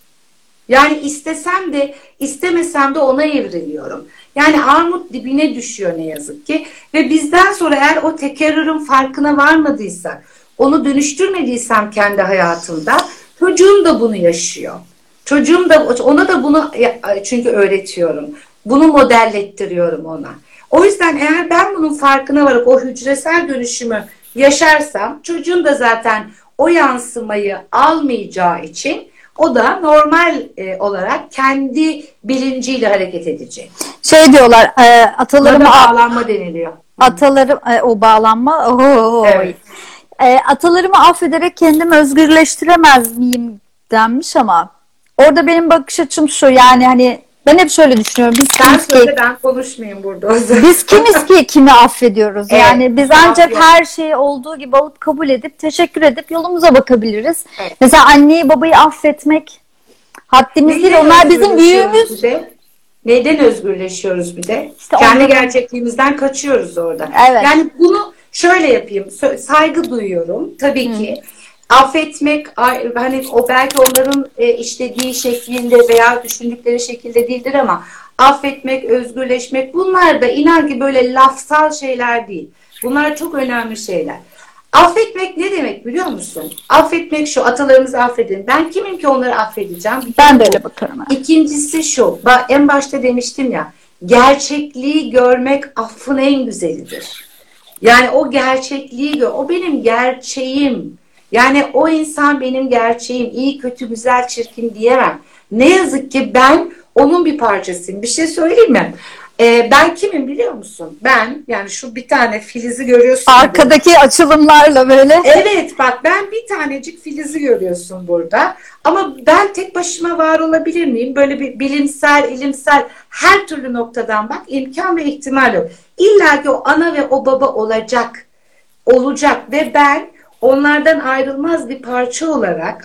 Yani istesem de istemesem de ona evriliyorum. Yani armut dibine düşüyor ne yazık ki. Ve bizden sonra eğer o tekerrürün farkına varmadıysak, onu dönüştürmediysem kendi hayatımda, çocuğum da bunu yaşıyor. Çocuğum da ona da bunu çünkü öğretiyorum. Bunu modellettiriyorum ona. O yüzden eğer ben bunun farkına varıp o hücresel dönüşümü yaşarsam çocuğum da zaten o yansımayı almayacağı için o da normal olarak kendi bilinciyle hareket edecek. Şey diyorlar, Buna da atalarımı bağlanma deniliyor. atalarım o bağlanma. Oho. Evet. Atalarımı affederek kendimi özgürleştiremez miyim denmiş ama orada benim bakış açım şu, yani hani ben hep şöyle düşünüyorum. Biz Sen kimiz ki söyle, ben konuşmayayım burada o zaman. biz kimiz ki kimi affediyoruz? Evet, Yani biz cevap ancak yok. her şeyi olduğu gibi alıp kabul edip teşekkür edip yolumuza bakabiliriz. Evet. Mesela anneyi babayı affetmek haddimiz değil. Neyden Onlar bizim özgürleşiyoruz büyüğümüz. bir de? Neyden özgürleşiyoruz bir de? İşte Kendi onların- gerçekliğimizden kaçıyoruz orada. Evet. Yani bunu şöyle yapayım. Saygı duyuyorum tabii ki. Affetmek hani o belki onların işlediği şeklinde veya düşündükleri şekilde değildir ama affetmek, özgürleşmek bunlar da inan ki böyle lafsal şeyler değil. Bunlar çok önemli şeyler. Affetmek ne demek biliyor musun? Affetmek şu, atalarımızı affedin. Ben kimim ki onları affedeceğim? Bir Ben kere de bu. öyle bakarım. İkincisi şu, en başta demiştim ya, gerçekliği görmek affın en güzelidir. Yani o gerçekliği gör, o benim gerçeğim. Yani o insan benim gerçeğim, iyi, kötü, güzel, çirkin diyemem. Ne yazık ki ben onun bir parçasıyım. Bir şey söyleyeyim mi? Ben kimim biliyor musun? Ben, yani şu bir tane Filiz'i görüyorsun. Arkadaki açılımlarla böyle. Evet bak, ben bir tanecik Filiz'i görüyorsun burada. Ama ben tek başıma var olabilir miyim? Böyle bir bilimsel, ilimsel her türlü noktadan bak, imkan ve ihtimal yok. İlla ki o ana ve o baba olacak. Olacak ve ben onlardan ayrılmaz bir parça olarak,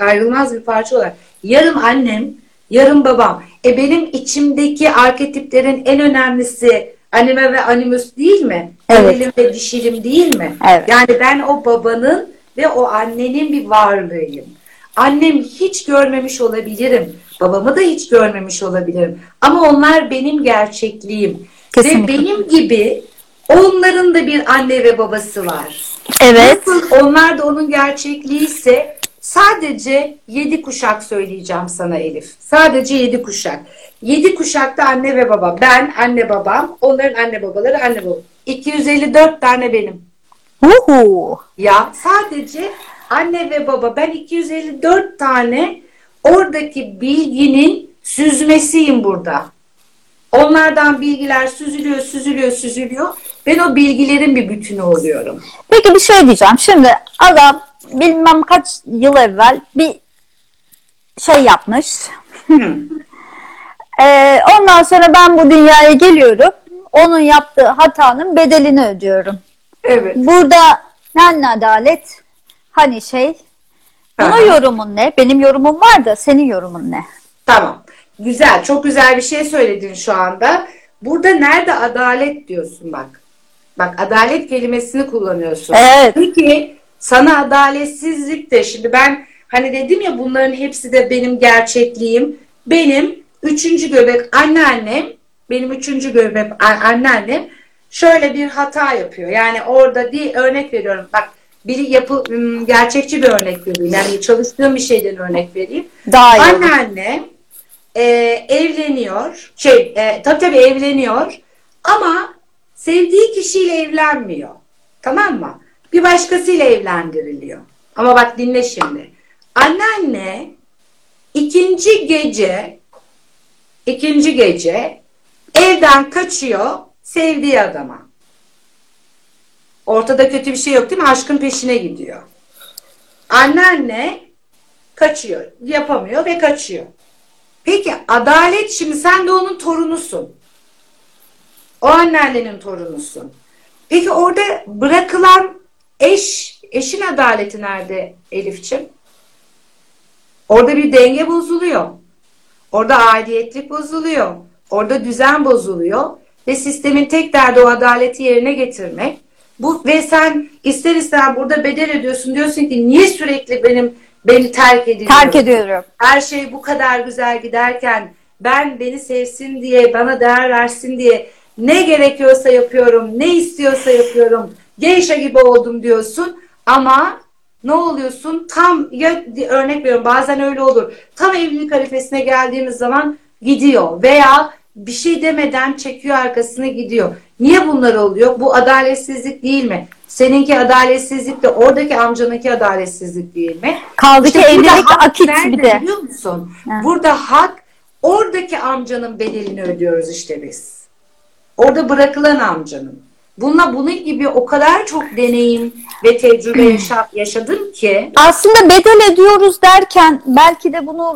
yarım annem, yarım babam. Benim içimdeki arketiplerin en önemlisi anime ve animus değil mi? Evet. Erilim ve dişilim değil mi? Evet. Yani ben o babanın ve o annenin bir varlığıyım. Annemi hiç görmemiş olabilirim. Babamı da hiç görmemiş olabilirim. Ama onlar benim gerçekliğim. Kesinlikle. Ve benim gibi onların da bir anne ve babası var. Evet. Nasıl onlar da onun gerçekliği ise sadece 7 kuşak söyleyeceğim sana Elif. Sadece 7 kuşak. 7 kuşakta anne ve baba. Ben, anne babam, onların anne babaları, anne babam. 254 tane benim. Uhu. Ya sadece anne ve baba. Ben 254 tane oradaki bilginin süzmesiyim burada. Onlardan bilgiler süzülüyor. Ben o bilgilerin bir bütünü oluyorum. Peki bir şey diyeceğim. Şimdi adam bilmem kaç yıl evvel bir şey yapmış. Ondan sonra ben bu dünyaya geliyorum. Onun yaptığı hatanın bedelini ödüyorum. Evet. Burada hani adalet, hani şey. Bunun Aha. yorumun ne? Benim yorumum var da senin yorumun ne? Tamam. Güzel. Çok güzel bir şey söyledin şu anda. Burada nerede adalet diyorsun bak. Bak, adalet kelimesini kullanıyorsun. Evet. Peki sana adaletsizlik de, şimdi ben hani dedim ya, bunların hepsi de benim gerçekliğim. Benim üçüncü göbek anneannem, anneannem şöyle bir hata yapıyor. Yani orada bir örnek veriyorum. Bak, gerçekçi bir örnek vereyim. Yani çalıştığım bir şeyden örnek vereyim. Daha iyi olur. Anneannem evleniyor. Tabii evleniyor. Ama sevdiği kişiyle evlenmiyor. Tamam mı? Bir başkasıyla evlendiriliyor. Ama bak dinle şimdi. Anneanne ikinci gece evden kaçıyor sevdiği adama. Ortada kötü bir şey yok değil mi? Aşkın peşine gidiyor. Anneanne kaçıyor. Yapamıyor ve kaçıyor. Peki Adalet, şimdi sen de onun torunusun. O anneannenin torunusun. Peki orada bırakılan eşin adaleti nerede Elifçim? Orada bir denge bozuluyor. Orada aidiyetlik bozuluyor. Orada düzen bozuluyor. Ve sistemin tek derdi o adaleti yerine getirmek. Ve sen ister ister burada bedel ödüyorsun. Diyorsun ki niye sürekli beni terk ediyorsun? Terk ediyorum. Her şey bu kadar güzel giderken beni sevsin diye, bana değer versin diye ne gerekiyorsa yapıyorum, ne istiyorsa yapıyorum. Geisha gibi oldum diyorsun ama ne oluyorsun? Tam ya, örnek veriyorum, bazen öyle olur. Tam evlilik arifesine geldiğimiz zaman gidiyor veya bir şey demeden çekiyor arkasına gidiyor. Niye bunlar oluyor? Bu adaletsizlik değil mi? Seninki adaletsizlik de oradaki amcanınki adaletsizlik değil mi? Kaldı ki burada evlilik hak akit nerede bir de. biliyor musun? Ha. Burada hak oradaki amcanın bedelini ödüyoruz işte biz. Orada bırakılan amcanın. Bunun gibi o kadar çok deneyim ve tecrübe yaşadım ki. Aslında bedel ediyoruz derken belki de bunu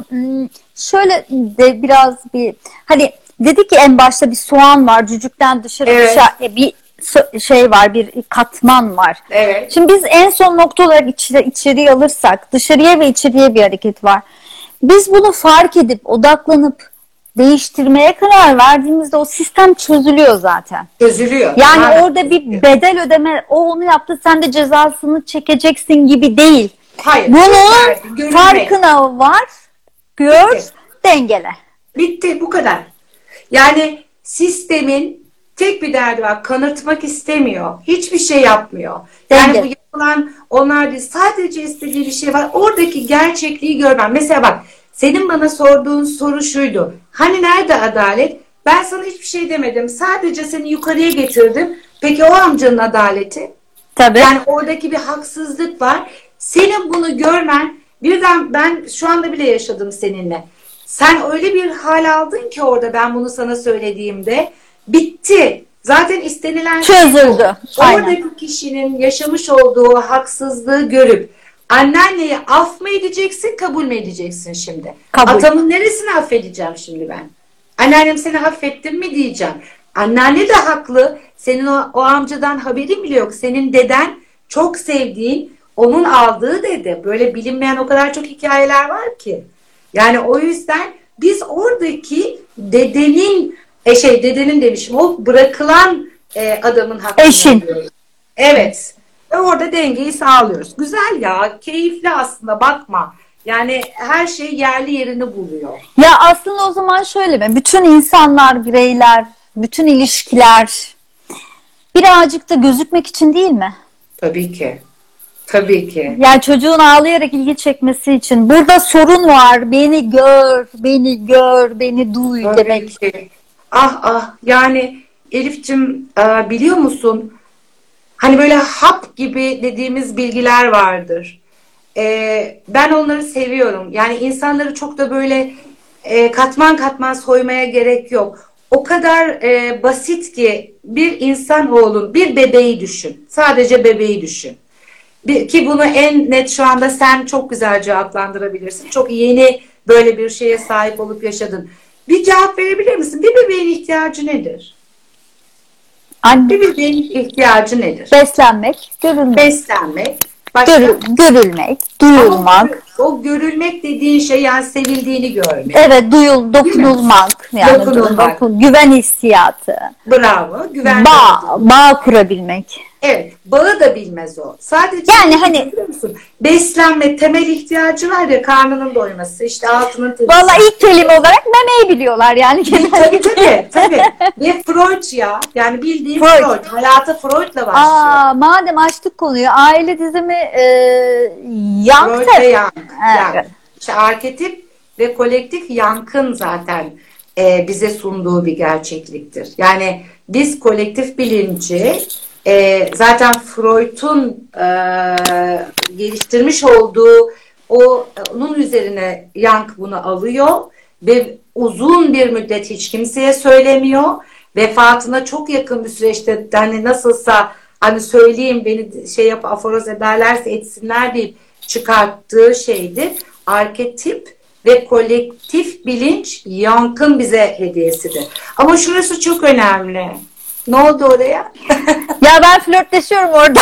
şöyle de biraz hani dedik ki en başta bir soğan var, cücükten dışarı Evet. bir şey var, bir katman var. Evet. Şimdi biz en son nokta olarak içeriye alırsak dışarıya ve içeriye bir hareket var. Biz bunu fark edip odaklanıp değiştirmeye karar verdiğimizde o sistem çözülüyor zaten. Çözülüyor. Yani Aynen. orada bir bedel ödeme, o onu yaptı sen de cezasını çekeceksin gibi değil. Hayır. Bunun Görünmek. farkına var, gör, Bitti. dengele. Bitti, bu kadar. Yani sistemin tek bir derdi var. Kanırtmak istemiyor. Hiçbir şey yapmıyor. Yani Denge. bu yapılan onlar değil. Sadece istediği bir şey var. Oradaki gerçekliği görmem. Mesela bak, senin bana sorduğun soru şuydu. Hani nerede adalet? Ben sana hiçbir şey demedim. Sadece seni yukarıya getirdim. Peki o amcanın adaleti? Tabii. Yani oradaki bir haksızlık var. Senin bunu görmen, birden ben şu anda bile yaşadım seninle. Sen öyle bir hal aldın ki orada, ben bunu sana söylediğimde bitti. Zaten istenilen şey Çözüldü. bu. Aynen. Oradaki kişinin yaşamış olduğu haksızlığı görüp anneanneyi af mı edeceksin, kabul mü edeceksin şimdi? Kabul. Atamın neresini affedeceğim şimdi ben? Anneannem seni affettim mi diyeceğim. Anneanne de haklı. Senin o amcadan haberin bile yok. Senin deden çok sevdiğin, onun aldığı dede. Böyle bilinmeyen o kadar çok hikayeler var ki. Yani o yüzden biz oradaki dedenin demişim, o bırakılan adamın hakkını Eşin. alıyoruz. Evet. Ve orada dengeyi sağlıyoruz. Güzel ya, keyifli aslında, bakma. Yani her şey yerli yerini buluyor. Ya aslında o zaman şöyle mi? Bütün insanlar, bireyler, bütün ilişkiler birazcık da gözükmek için değil mi? Tabii ki. Tabii ki. Yani çocuğun ağlayarak ilgi çekmesi için. Burada sorun var. Beni gör, beni gör, beni duy Tabii demek. ki. Ah ah, yani Elif'cim, biliyor musun? Hani böyle hap gibi dediğimiz bilgiler vardır. Ben onları seviyorum. Yani insanları çok da böyle katman katman soymaya gerek yok. O kadar basit ki, bir insanoğlunun bir bebeği düşün. Sadece bebeği düşün. Ki bunu en net şu anda sen çok güzel cevaplandırabilirsin. Çok yeni böyle bir şeye sahip olup yaşadın. Bir cevap verebilir misin? Bir bebeğin ihtiyacı nedir? Anne, Bir bebeğin ihtiyacı nedir? beslenmek, görülmek, Beslenmek. Başka? görülmek, duyulmak. Ama o görülmek dediğin şey, yani sevildiğini görmek. Evet, dokunulmak. Yani Dokunulmak. güven hissiyatı. Bravo. Güven. Bağ kurabilmek. Evet. Bağı da bilmez o. Sadece Yani hani- biliyor musun? Beslenme, temel ihtiyacı var ya, karnının doyması, işte altının temizliği. Vallahi ilk kelime olarak memeyi biliyorlar yani. Tabii. Ve Freud ya. Yani bildiğin Freud. Freud. Hayata Freud'la başlıyor. Madem açtık konuyu, aile dizimi Freud Young'tır. ve Young. Evet. Yani işte arketip ve kolektif Young'ın zaten bize sunduğu bir gerçekliktir. Yani biz kolektif bilinci zaten Freud'un geliştirmiş olduğu onun üzerine Young bunu alıyor ve uzun bir müddet hiç kimseye söylemiyor. Vefatına çok yakın bir süreçte hani nasılsa hani söyleyeyim beni şey yap aforoz ederlerse etsinler deyip çıkarttığı şeydi. Arketip ve kolektif bilinç Young'ın bize hediyesidir. Ama şurası çok önemli. Ne oldu oraya? Ya ben flörtleşiyorum orada.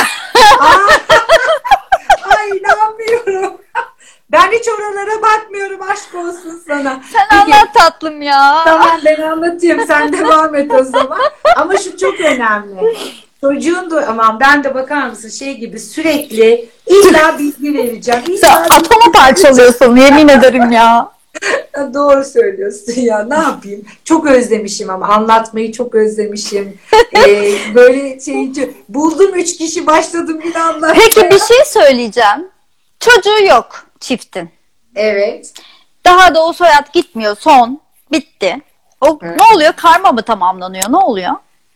Ay inanmıyorum. Ben hiç oralara bakmıyorum aşk olsun sana. Sen Peki, anlat tatlım ya. tamam ben anlatayım sen devam et o zaman. Ama şu çok önemli. Çocuğun da aman ben de bakar mısın şey gibi sürekli illa bilgi vereceğim. Sen atomu parçalıyorsun yemin ederim ya. Doğru söylüyorsun ya ne yapayım. Çok özlemişim ama anlatmayı çok özlemişim. Böyle şey buldum 3 kişi başladım yine anlatmaya. Peki bir şey söyleyeceğim. Çocuğu yok çiftin. Evet. Daha da o soyad gitmiyor. Son. Bitti. Evet. Ne oluyor? Karma mı tamamlanıyor? Ne oluyor?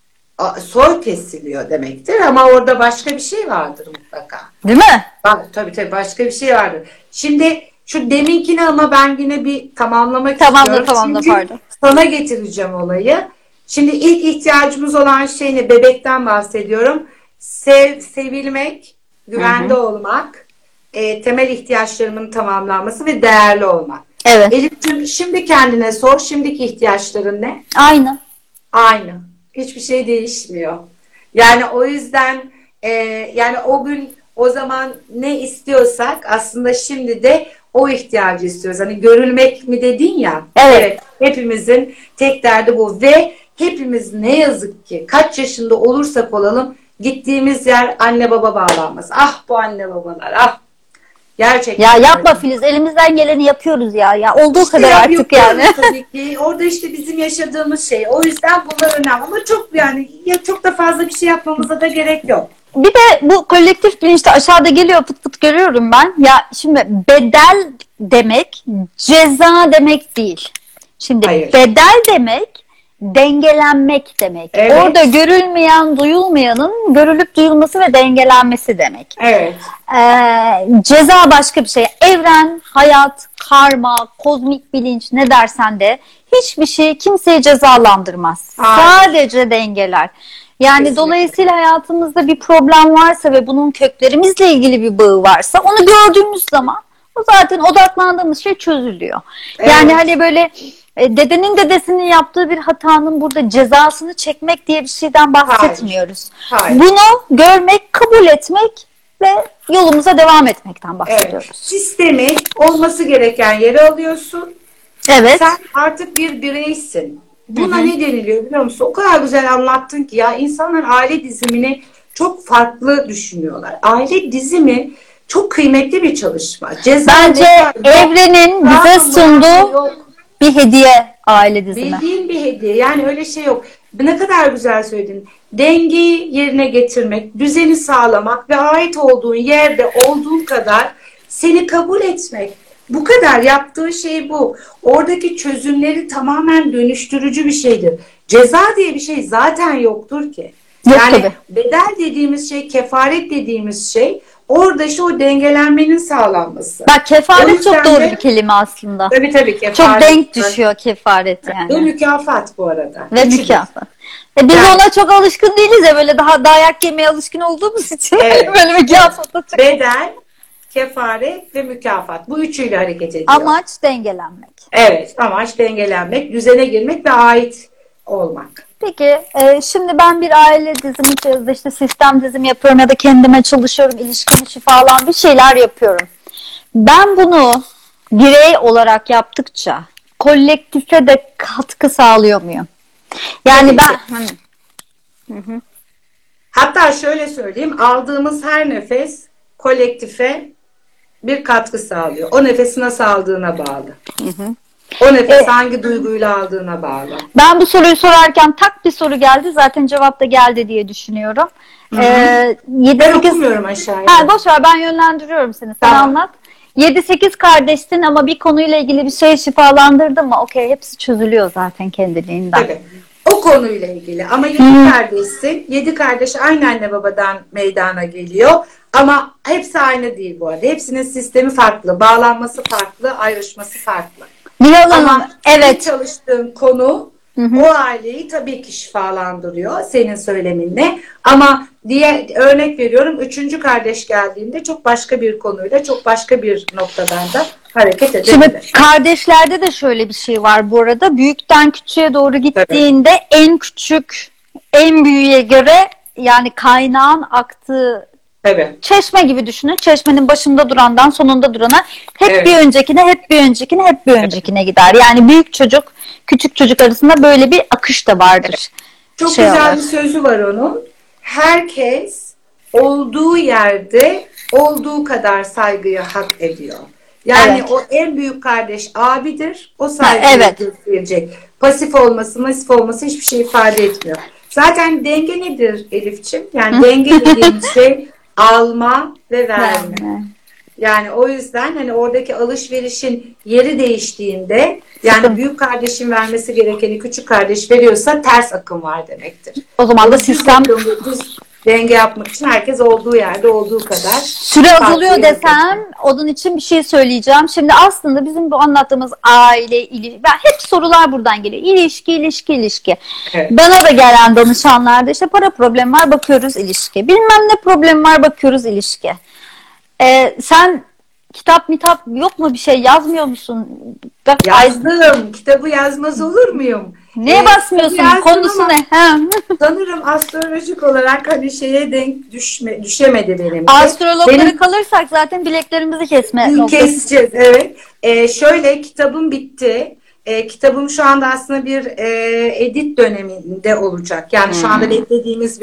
Soy kesiliyor demektir ama orada başka bir şey vardır mutlaka. Değil mi? Tabii başka bir şey vardır. Şimdi şu deminkini ama ben yine bir tamamlamak Tamamla istiyorum. Şimdi pardon. sana getireceğim olayı. Şimdi ilk ihtiyacımız olan şey ne? Bebekten bahsediyorum. Sevilmek, güvende olmak, temel ihtiyaçlarımın tamamlanması ve değerli olmak. Evet. Elif'ciğim şimdi kendine sor. Şimdiki ihtiyaçların ne? Aynı. Aynı. Hiçbir şey değişmiyor. Yani o yüzden yani o gün o zaman ne istiyorsak aslında şimdi de o ihtiyacı istiyoruz. Hani görülmek mi dedin ya. Evet. Hepimizin tek derdi bu ve hepimiz ne yazık ki kaç yaşında olursak olalım gittiğimiz yer anne baba bağlanması. Ah bu anne babalar ah. Gerçekten. Ya yapma öyle. Filiz. Elimizden geleni yapıyoruz ya. Ya olduğu İşte kadar artık yani. tabii ki. Orada işte bizim yaşadığımız şey. O yüzden bunlar önemli. Ama çok yani ya çok da fazla bir şey yapmamıza da gerek yok. Bir de bu kolektif bilinçte aşağıda geliyor pıt pıt görüyorum ben. Ya şimdi bedel demek ceza demek değil. Şimdi Hayır. bedel demek dengelenmek demek. Evet. Orada görülmeyen, duyulmayanın görülüp duyulması ve dengelenmesi demek. Evet. Ceza başka bir şey. Evren, hayat, karma, kozmik bilinç ne dersen de hiçbir şey kimseyi cezalandırmaz. Hayır. Sadece dengeler. Yani Kesinlikle. dolayısıyla hayatımızda bir problem varsa ve bunun köklerimizle ilgili bir bağı varsa onu gördüğümüz zaman o zaten odaklandığımız şey çözülüyor. Evet. Yani hani böyle dedenin dedesinin yaptığı bir hatanın burada cezasını çekmek diye bir şeyden bahsetmiyoruz. Hayır. Bunu görmek, kabul etmek ve yolumuza devam etmekten Evet. bahsediyoruz. Sistemi olması gereken yere alıyorsun. Evet. Sen artık bir bireysin. Buna ne deniliyor biliyor musun? O kadar güzel anlattın ki ya insanlar aile dizimini çok farklı düşünüyorlar. Aile dizimi çok kıymetli bir çalışma. Ceza Bence evrenin bize sunduğu yok. bir hediye aile dizimi. Bildiğin bir hediye. Yani öyle şey yok. Ne kadar güzel söyledin. Dengeyi yerine getirmek, düzeni sağlamak ve ait olduğun yerde olduğun kadar seni kabul etmek. Bu kadar yaptığı şey bu. Oradaki çözümleri tamamen dönüştürücü bir şeydir. Ceza diye bir şey zaten yoktur ki. Yok Yani tabii. bedel dediğimiz şey, kefaret dediğimiz şey orada işte o dengelenmenin sağlanması. Bak O kefaret yüzden çok doğru de- bir kelime aslında. Tabii Çok kefaret. denk düşüyor kefaret Ve yani. mükafat bu arada. Ve Üçü de. mükafat. Biz Yani- ona çok alışkın değiliz ya böyle daha dayak yemeye alışkın olduğumuz için Evet. böyle mükafata çok. Bedel, kefaret ve mükafat. Bu üçüyle hareket ediyor. Amaç dengelenmek. Evet, amaç dengelenmek, düzene girmek ve ait olmak. Peki şimdi ben bir aile dizimi içerisinde işte sistem dizimi yapıyorum ya da kendime çalışıyorum, ilişkimi şifalan bir şeyler yapıyorum. Ben bunu birey olarak yaptıkça kolektife de katkı sağlıyor muyum? Yani Tabii ben Hatta şöyle söyleyeyim, aldığımız her nefes kolektife bir katkı sağlıyor. O nefesi nasıl aldığına bağlı. O nefes hangi duyguyla aldığına bağlı. Ben bu soruyu sorarken tak bir soru geldi. Zaten cevap da geldi diye düşünüyorum. Ben 7-8 okumuyorum aşağıya. Ha, boş ver ben yönlendiriyorum seni. Sen Tamam. anlat. 7-8 kardeşsin ama bir konuyla ilgili bir şey şifalandırdın mı? Okey, hepsi çözülüyor zaten kendiliğinden. Tabii. O konuyla ilgili. Ama 7 kardeşsin. 7 kardeş aynı anne babadan meydana geliyor. Ama hepsi aynı değil bu arada. Hepsinin sistemi farklı, bağlanması farklı, ayrışması farklı. Nihal Hanım, Ama evet. çalıştığın konu o aileyi tabii ki şifalandırıyor senin söyleminle. Ama diye örnek veriyorum, üçüncü kardeş geldiğinde çok başka bir konuyla, çok başka bir noktadan da hareket edebilir. Şimdi kardeşlerde de şöyle bir şey var bu arada. Büyükten küçüğe doğru gittiğinde en küçük en büyüğe göre, yani kaynağın aktığı Evet. çeşme gibi düşünün. Çeşmenin başında durandan sonunda durana hep Evet. bir öncekine, hep bir öncekine, hep bir öncekine gider. Yani büyük çocuk, küçük çocuk arasında böyle bir akış da vardır. Çok Şey güzel olarak. bir sözü var onun. Herkes olduğu yerde olduğu kadar saygıyı hak ediyor. Yani Evet. o en büyük kardeş abidir. O saygıyı evet. gösterecek. Pasif olması, masif olması hiçbir şey ifade etmiyor. Zaten denge nedir Elifçim? Yani denge dediğimiz şey alma ve verme. Yani o yüzden hani oradaki alışverişin yeri değiştiğinde, yani büyük kardeşin vermesi gerekeni küçük kardeş veriyorsa ters akım var demektir. O zaman da Düz sistem düz denge yapmak için herkes olduğu yerde olduğu kadar. süre azalıyor farklı desem onun için bir şey söyleyeceğim. Şimdi aslında bizim bu anlattığımız aile, ilişki, hep sorular buradan geliyor. İlişki, ilişki, ilişki. Evet. Bana da gelen danışanlarda işte para problemi var, bakıyoruz ilişki. Bilmem ne problem var, bakıyoruz ilişki. Sen kitap mitap yok mu, bir şey yazmıyor musun? Bak, Yazdım. Kitabı yazmaz olur muyum? Neye basmıyorsun? Yazdım Konusu ama ne? Ha. sanırım astrolojik olarak hani şeye denk düşemedi benimki. Astrologlara Benim kalırsak zaten bileklerimizi kesme noktası. keseceğiz, evet. Şöyle, kitabım bitti. Kitabım şu anda aslında bir edit döneminde olacak. Yani şu anda beklediğimiz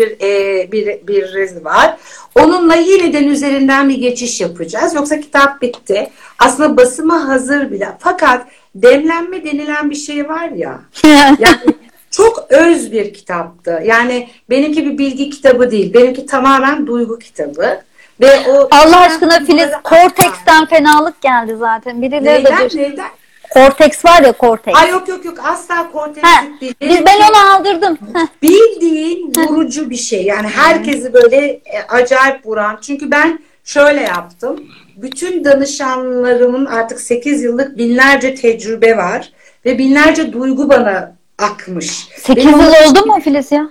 bir rezi var. Onunla yeniden üzerinden bir geçiş yapacağız. Yoksa kitap bitti. Aslında basıma hazır bile. Fakat demlenme denilen bir şey var ya. Yani çok öz bir kitaptı. Yani benimki bir bilgi kitabı değil. Benimki tamamen duygu kitabı. Ve o Allah aşkına Filiz, duyguları Cortex'ten fenalık geldi zaten. Birileri de Neyden? Cortex var ya, Cortex. Ay yok asla Cortex Ha, değil. ben onu aldırdım. Heh. Bildiğin vurucu bir şey. Yani herkesi böyle acayip vuran. Çünkü ben şöyle yaptım. Bütün danışanlarımın artık 8 yıllık binlerce tecrübe var. Ve binlerce duygu bana akmış. 8 Benim yıl onun oldu mu Filiz ya?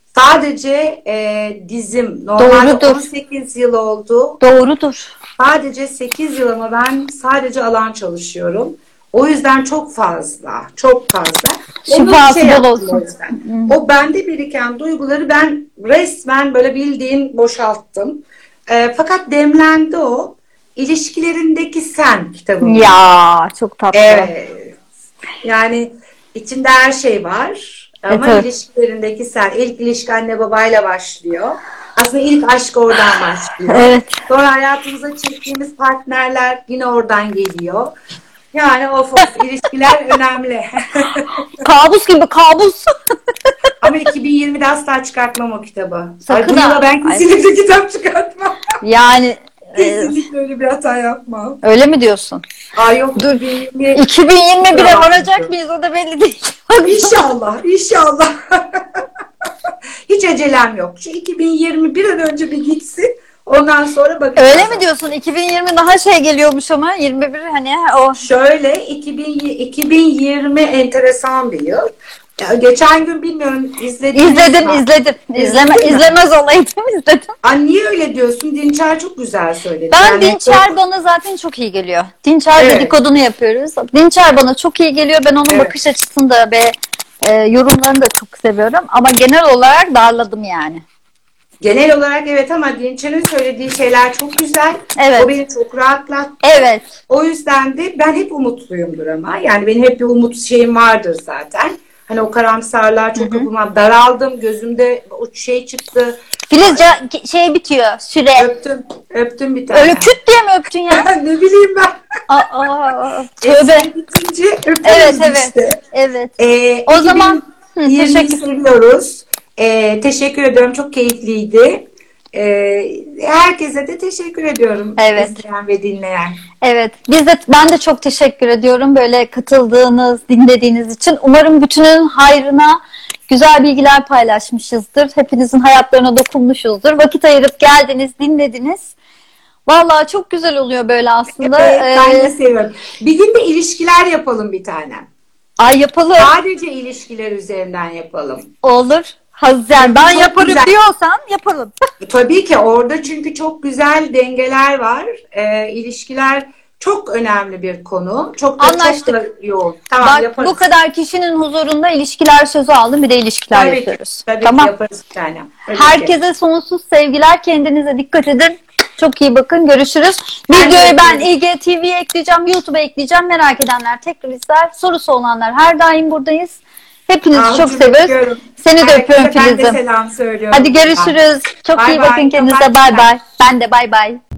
sadece dizim. Normalde Doğrudur. 18 yıl oldu. Doğrudur. Sadece 8 yıl ama ben sadece alan çalışıyorum. O yüzden çok fazla, çok fazla. Şifası bol yaptım olsun. o yüzden. O bende biriken duyguları ben resmen böyle bildiğin boşalttım. Fakat demlendi o. İlişkilerindeki sen kitabım. Ya çok tatlı. Evet. Yani içinde her şey var. Ama Evet. ilişkilerindeki sen. İlk ilişki anne babayla başlıyor. Aslında ilk aşk oradan başlıyor. Evet. Sonra hayatımıza çektiğimiz partnerler yine oradan geliyor. Yani of ilişkiler önemli. Kabus gibi kabus. Ama 2020'de asla çıkartmam o kitabı. Sakın bu yıla ha. ben kesinlikle kitap çıkartmam. Yani Kesinlikle öyle bir hata yapmam. öyle mi diyorsun? Ay yok, Dur. 2020. 2021'e Tamam. varacak mıyız, o da belli değil. İnşallah, inşallah. Hiç acelem yok. Şu 2020 bir an önce bir gitsin. Ondan sonra bakacağız. Öyle mi diyorsun? 2020 daha şey geliyormuş ama 21 hani o. Şöyle 2020 enteresan bir yıl. Ya, geçen gün bilmiyorum izlediniz İzledim, mi? izledim. İzledin mi? İzlemez olaydım, izledim. Ay niye öyle diyorsun? Dinçer çok güzel söyledi. Ben Yani Dinçer bana zaten çok iyi geliyor. Dinçer Evet. dedikodunu yapıyoruz. Dinçer bana çok iyi geliyor. Ben onun Evet. bakış açısını da ve yorumlarını da çok seviyorum. Ama genel olarak darladım yani. genel olarak evet, ama Dinçer'in söylediği şeyler çok güzel. Evet. O beni çok rahatlattı. Evet. O yüzden de ben hep umutluyumdur ama. Yani benim hep bir umut şeyim vardır zaten. Hani o karamsarlar çok kapıma daraldım. Gözümde o şey çıktı. Filizce şey bitiyor, süre. Öptüm bir tane. Öyle küt diye mi öptün ya? Ne bileyim ben. Tövbe. Eski bitince öpüyoruz Evet, işte. evet. O 2020'yi zaman teşekkür. seviyoruz. Teşekkür ediyorum. Çok keyifliydi. Herkese de teşekkür ediyorum. Evet. İzleyen ve dinleyen. Evet, ben de çok teşekkür ediyorum böyle katıldığınız, dinlediğiniz için. Umarım bütünün hayrına güzel bilgiler paylaşmışızdır. Hepinizin hayatlarına dokunmuşuzdur. Vakit ayırıp geldiniz, dinlediniz. Vallahi çok güzel oluyor böyle aslında. Evet, ben de seviyorum. Bir gün de ilişkiler yapalım bir tane. Ay yapalım. Sadece ilişkiler üzerinden yapalım. Olur. Yani ben Çok yaparım güzel. diyorsan yaparım. Tabii ki orada çünkü çok güzel dengeler var. İlişkiler çok önemli bir konu. Çok da Anlaştık. çok da yoğun. Tamam, Bak yaparız. bu kadar kişinin huzurunda ilişkiler sözü aldım. Bir de ilişkiler Tabii ki, yapıyoruz. tabii Tamam. ki yaparız bir tane. Tabii ki. Herkese sonsuz sevgiler. Kendinize dikkat edin. Çok iyi bakın. Görüşürüz. Ben de Videoyu ben öpüyorum. IGTV'ye ekleyeceğim. YouTube'a ekleyeceğim. Merak edenler tekrar izler. Sorusu olanlar her daim buradayız. Hepinizi çok Alcım, seviyoruz. öpüyorum. Seni de Herkese öpüyorum ben de Filiz'im. selam söylüyorum. Hadi görüşürüz. Çok Bay iyi bay. bakın kendinize. Kapat Bay sen. bay. Ben de bay bay.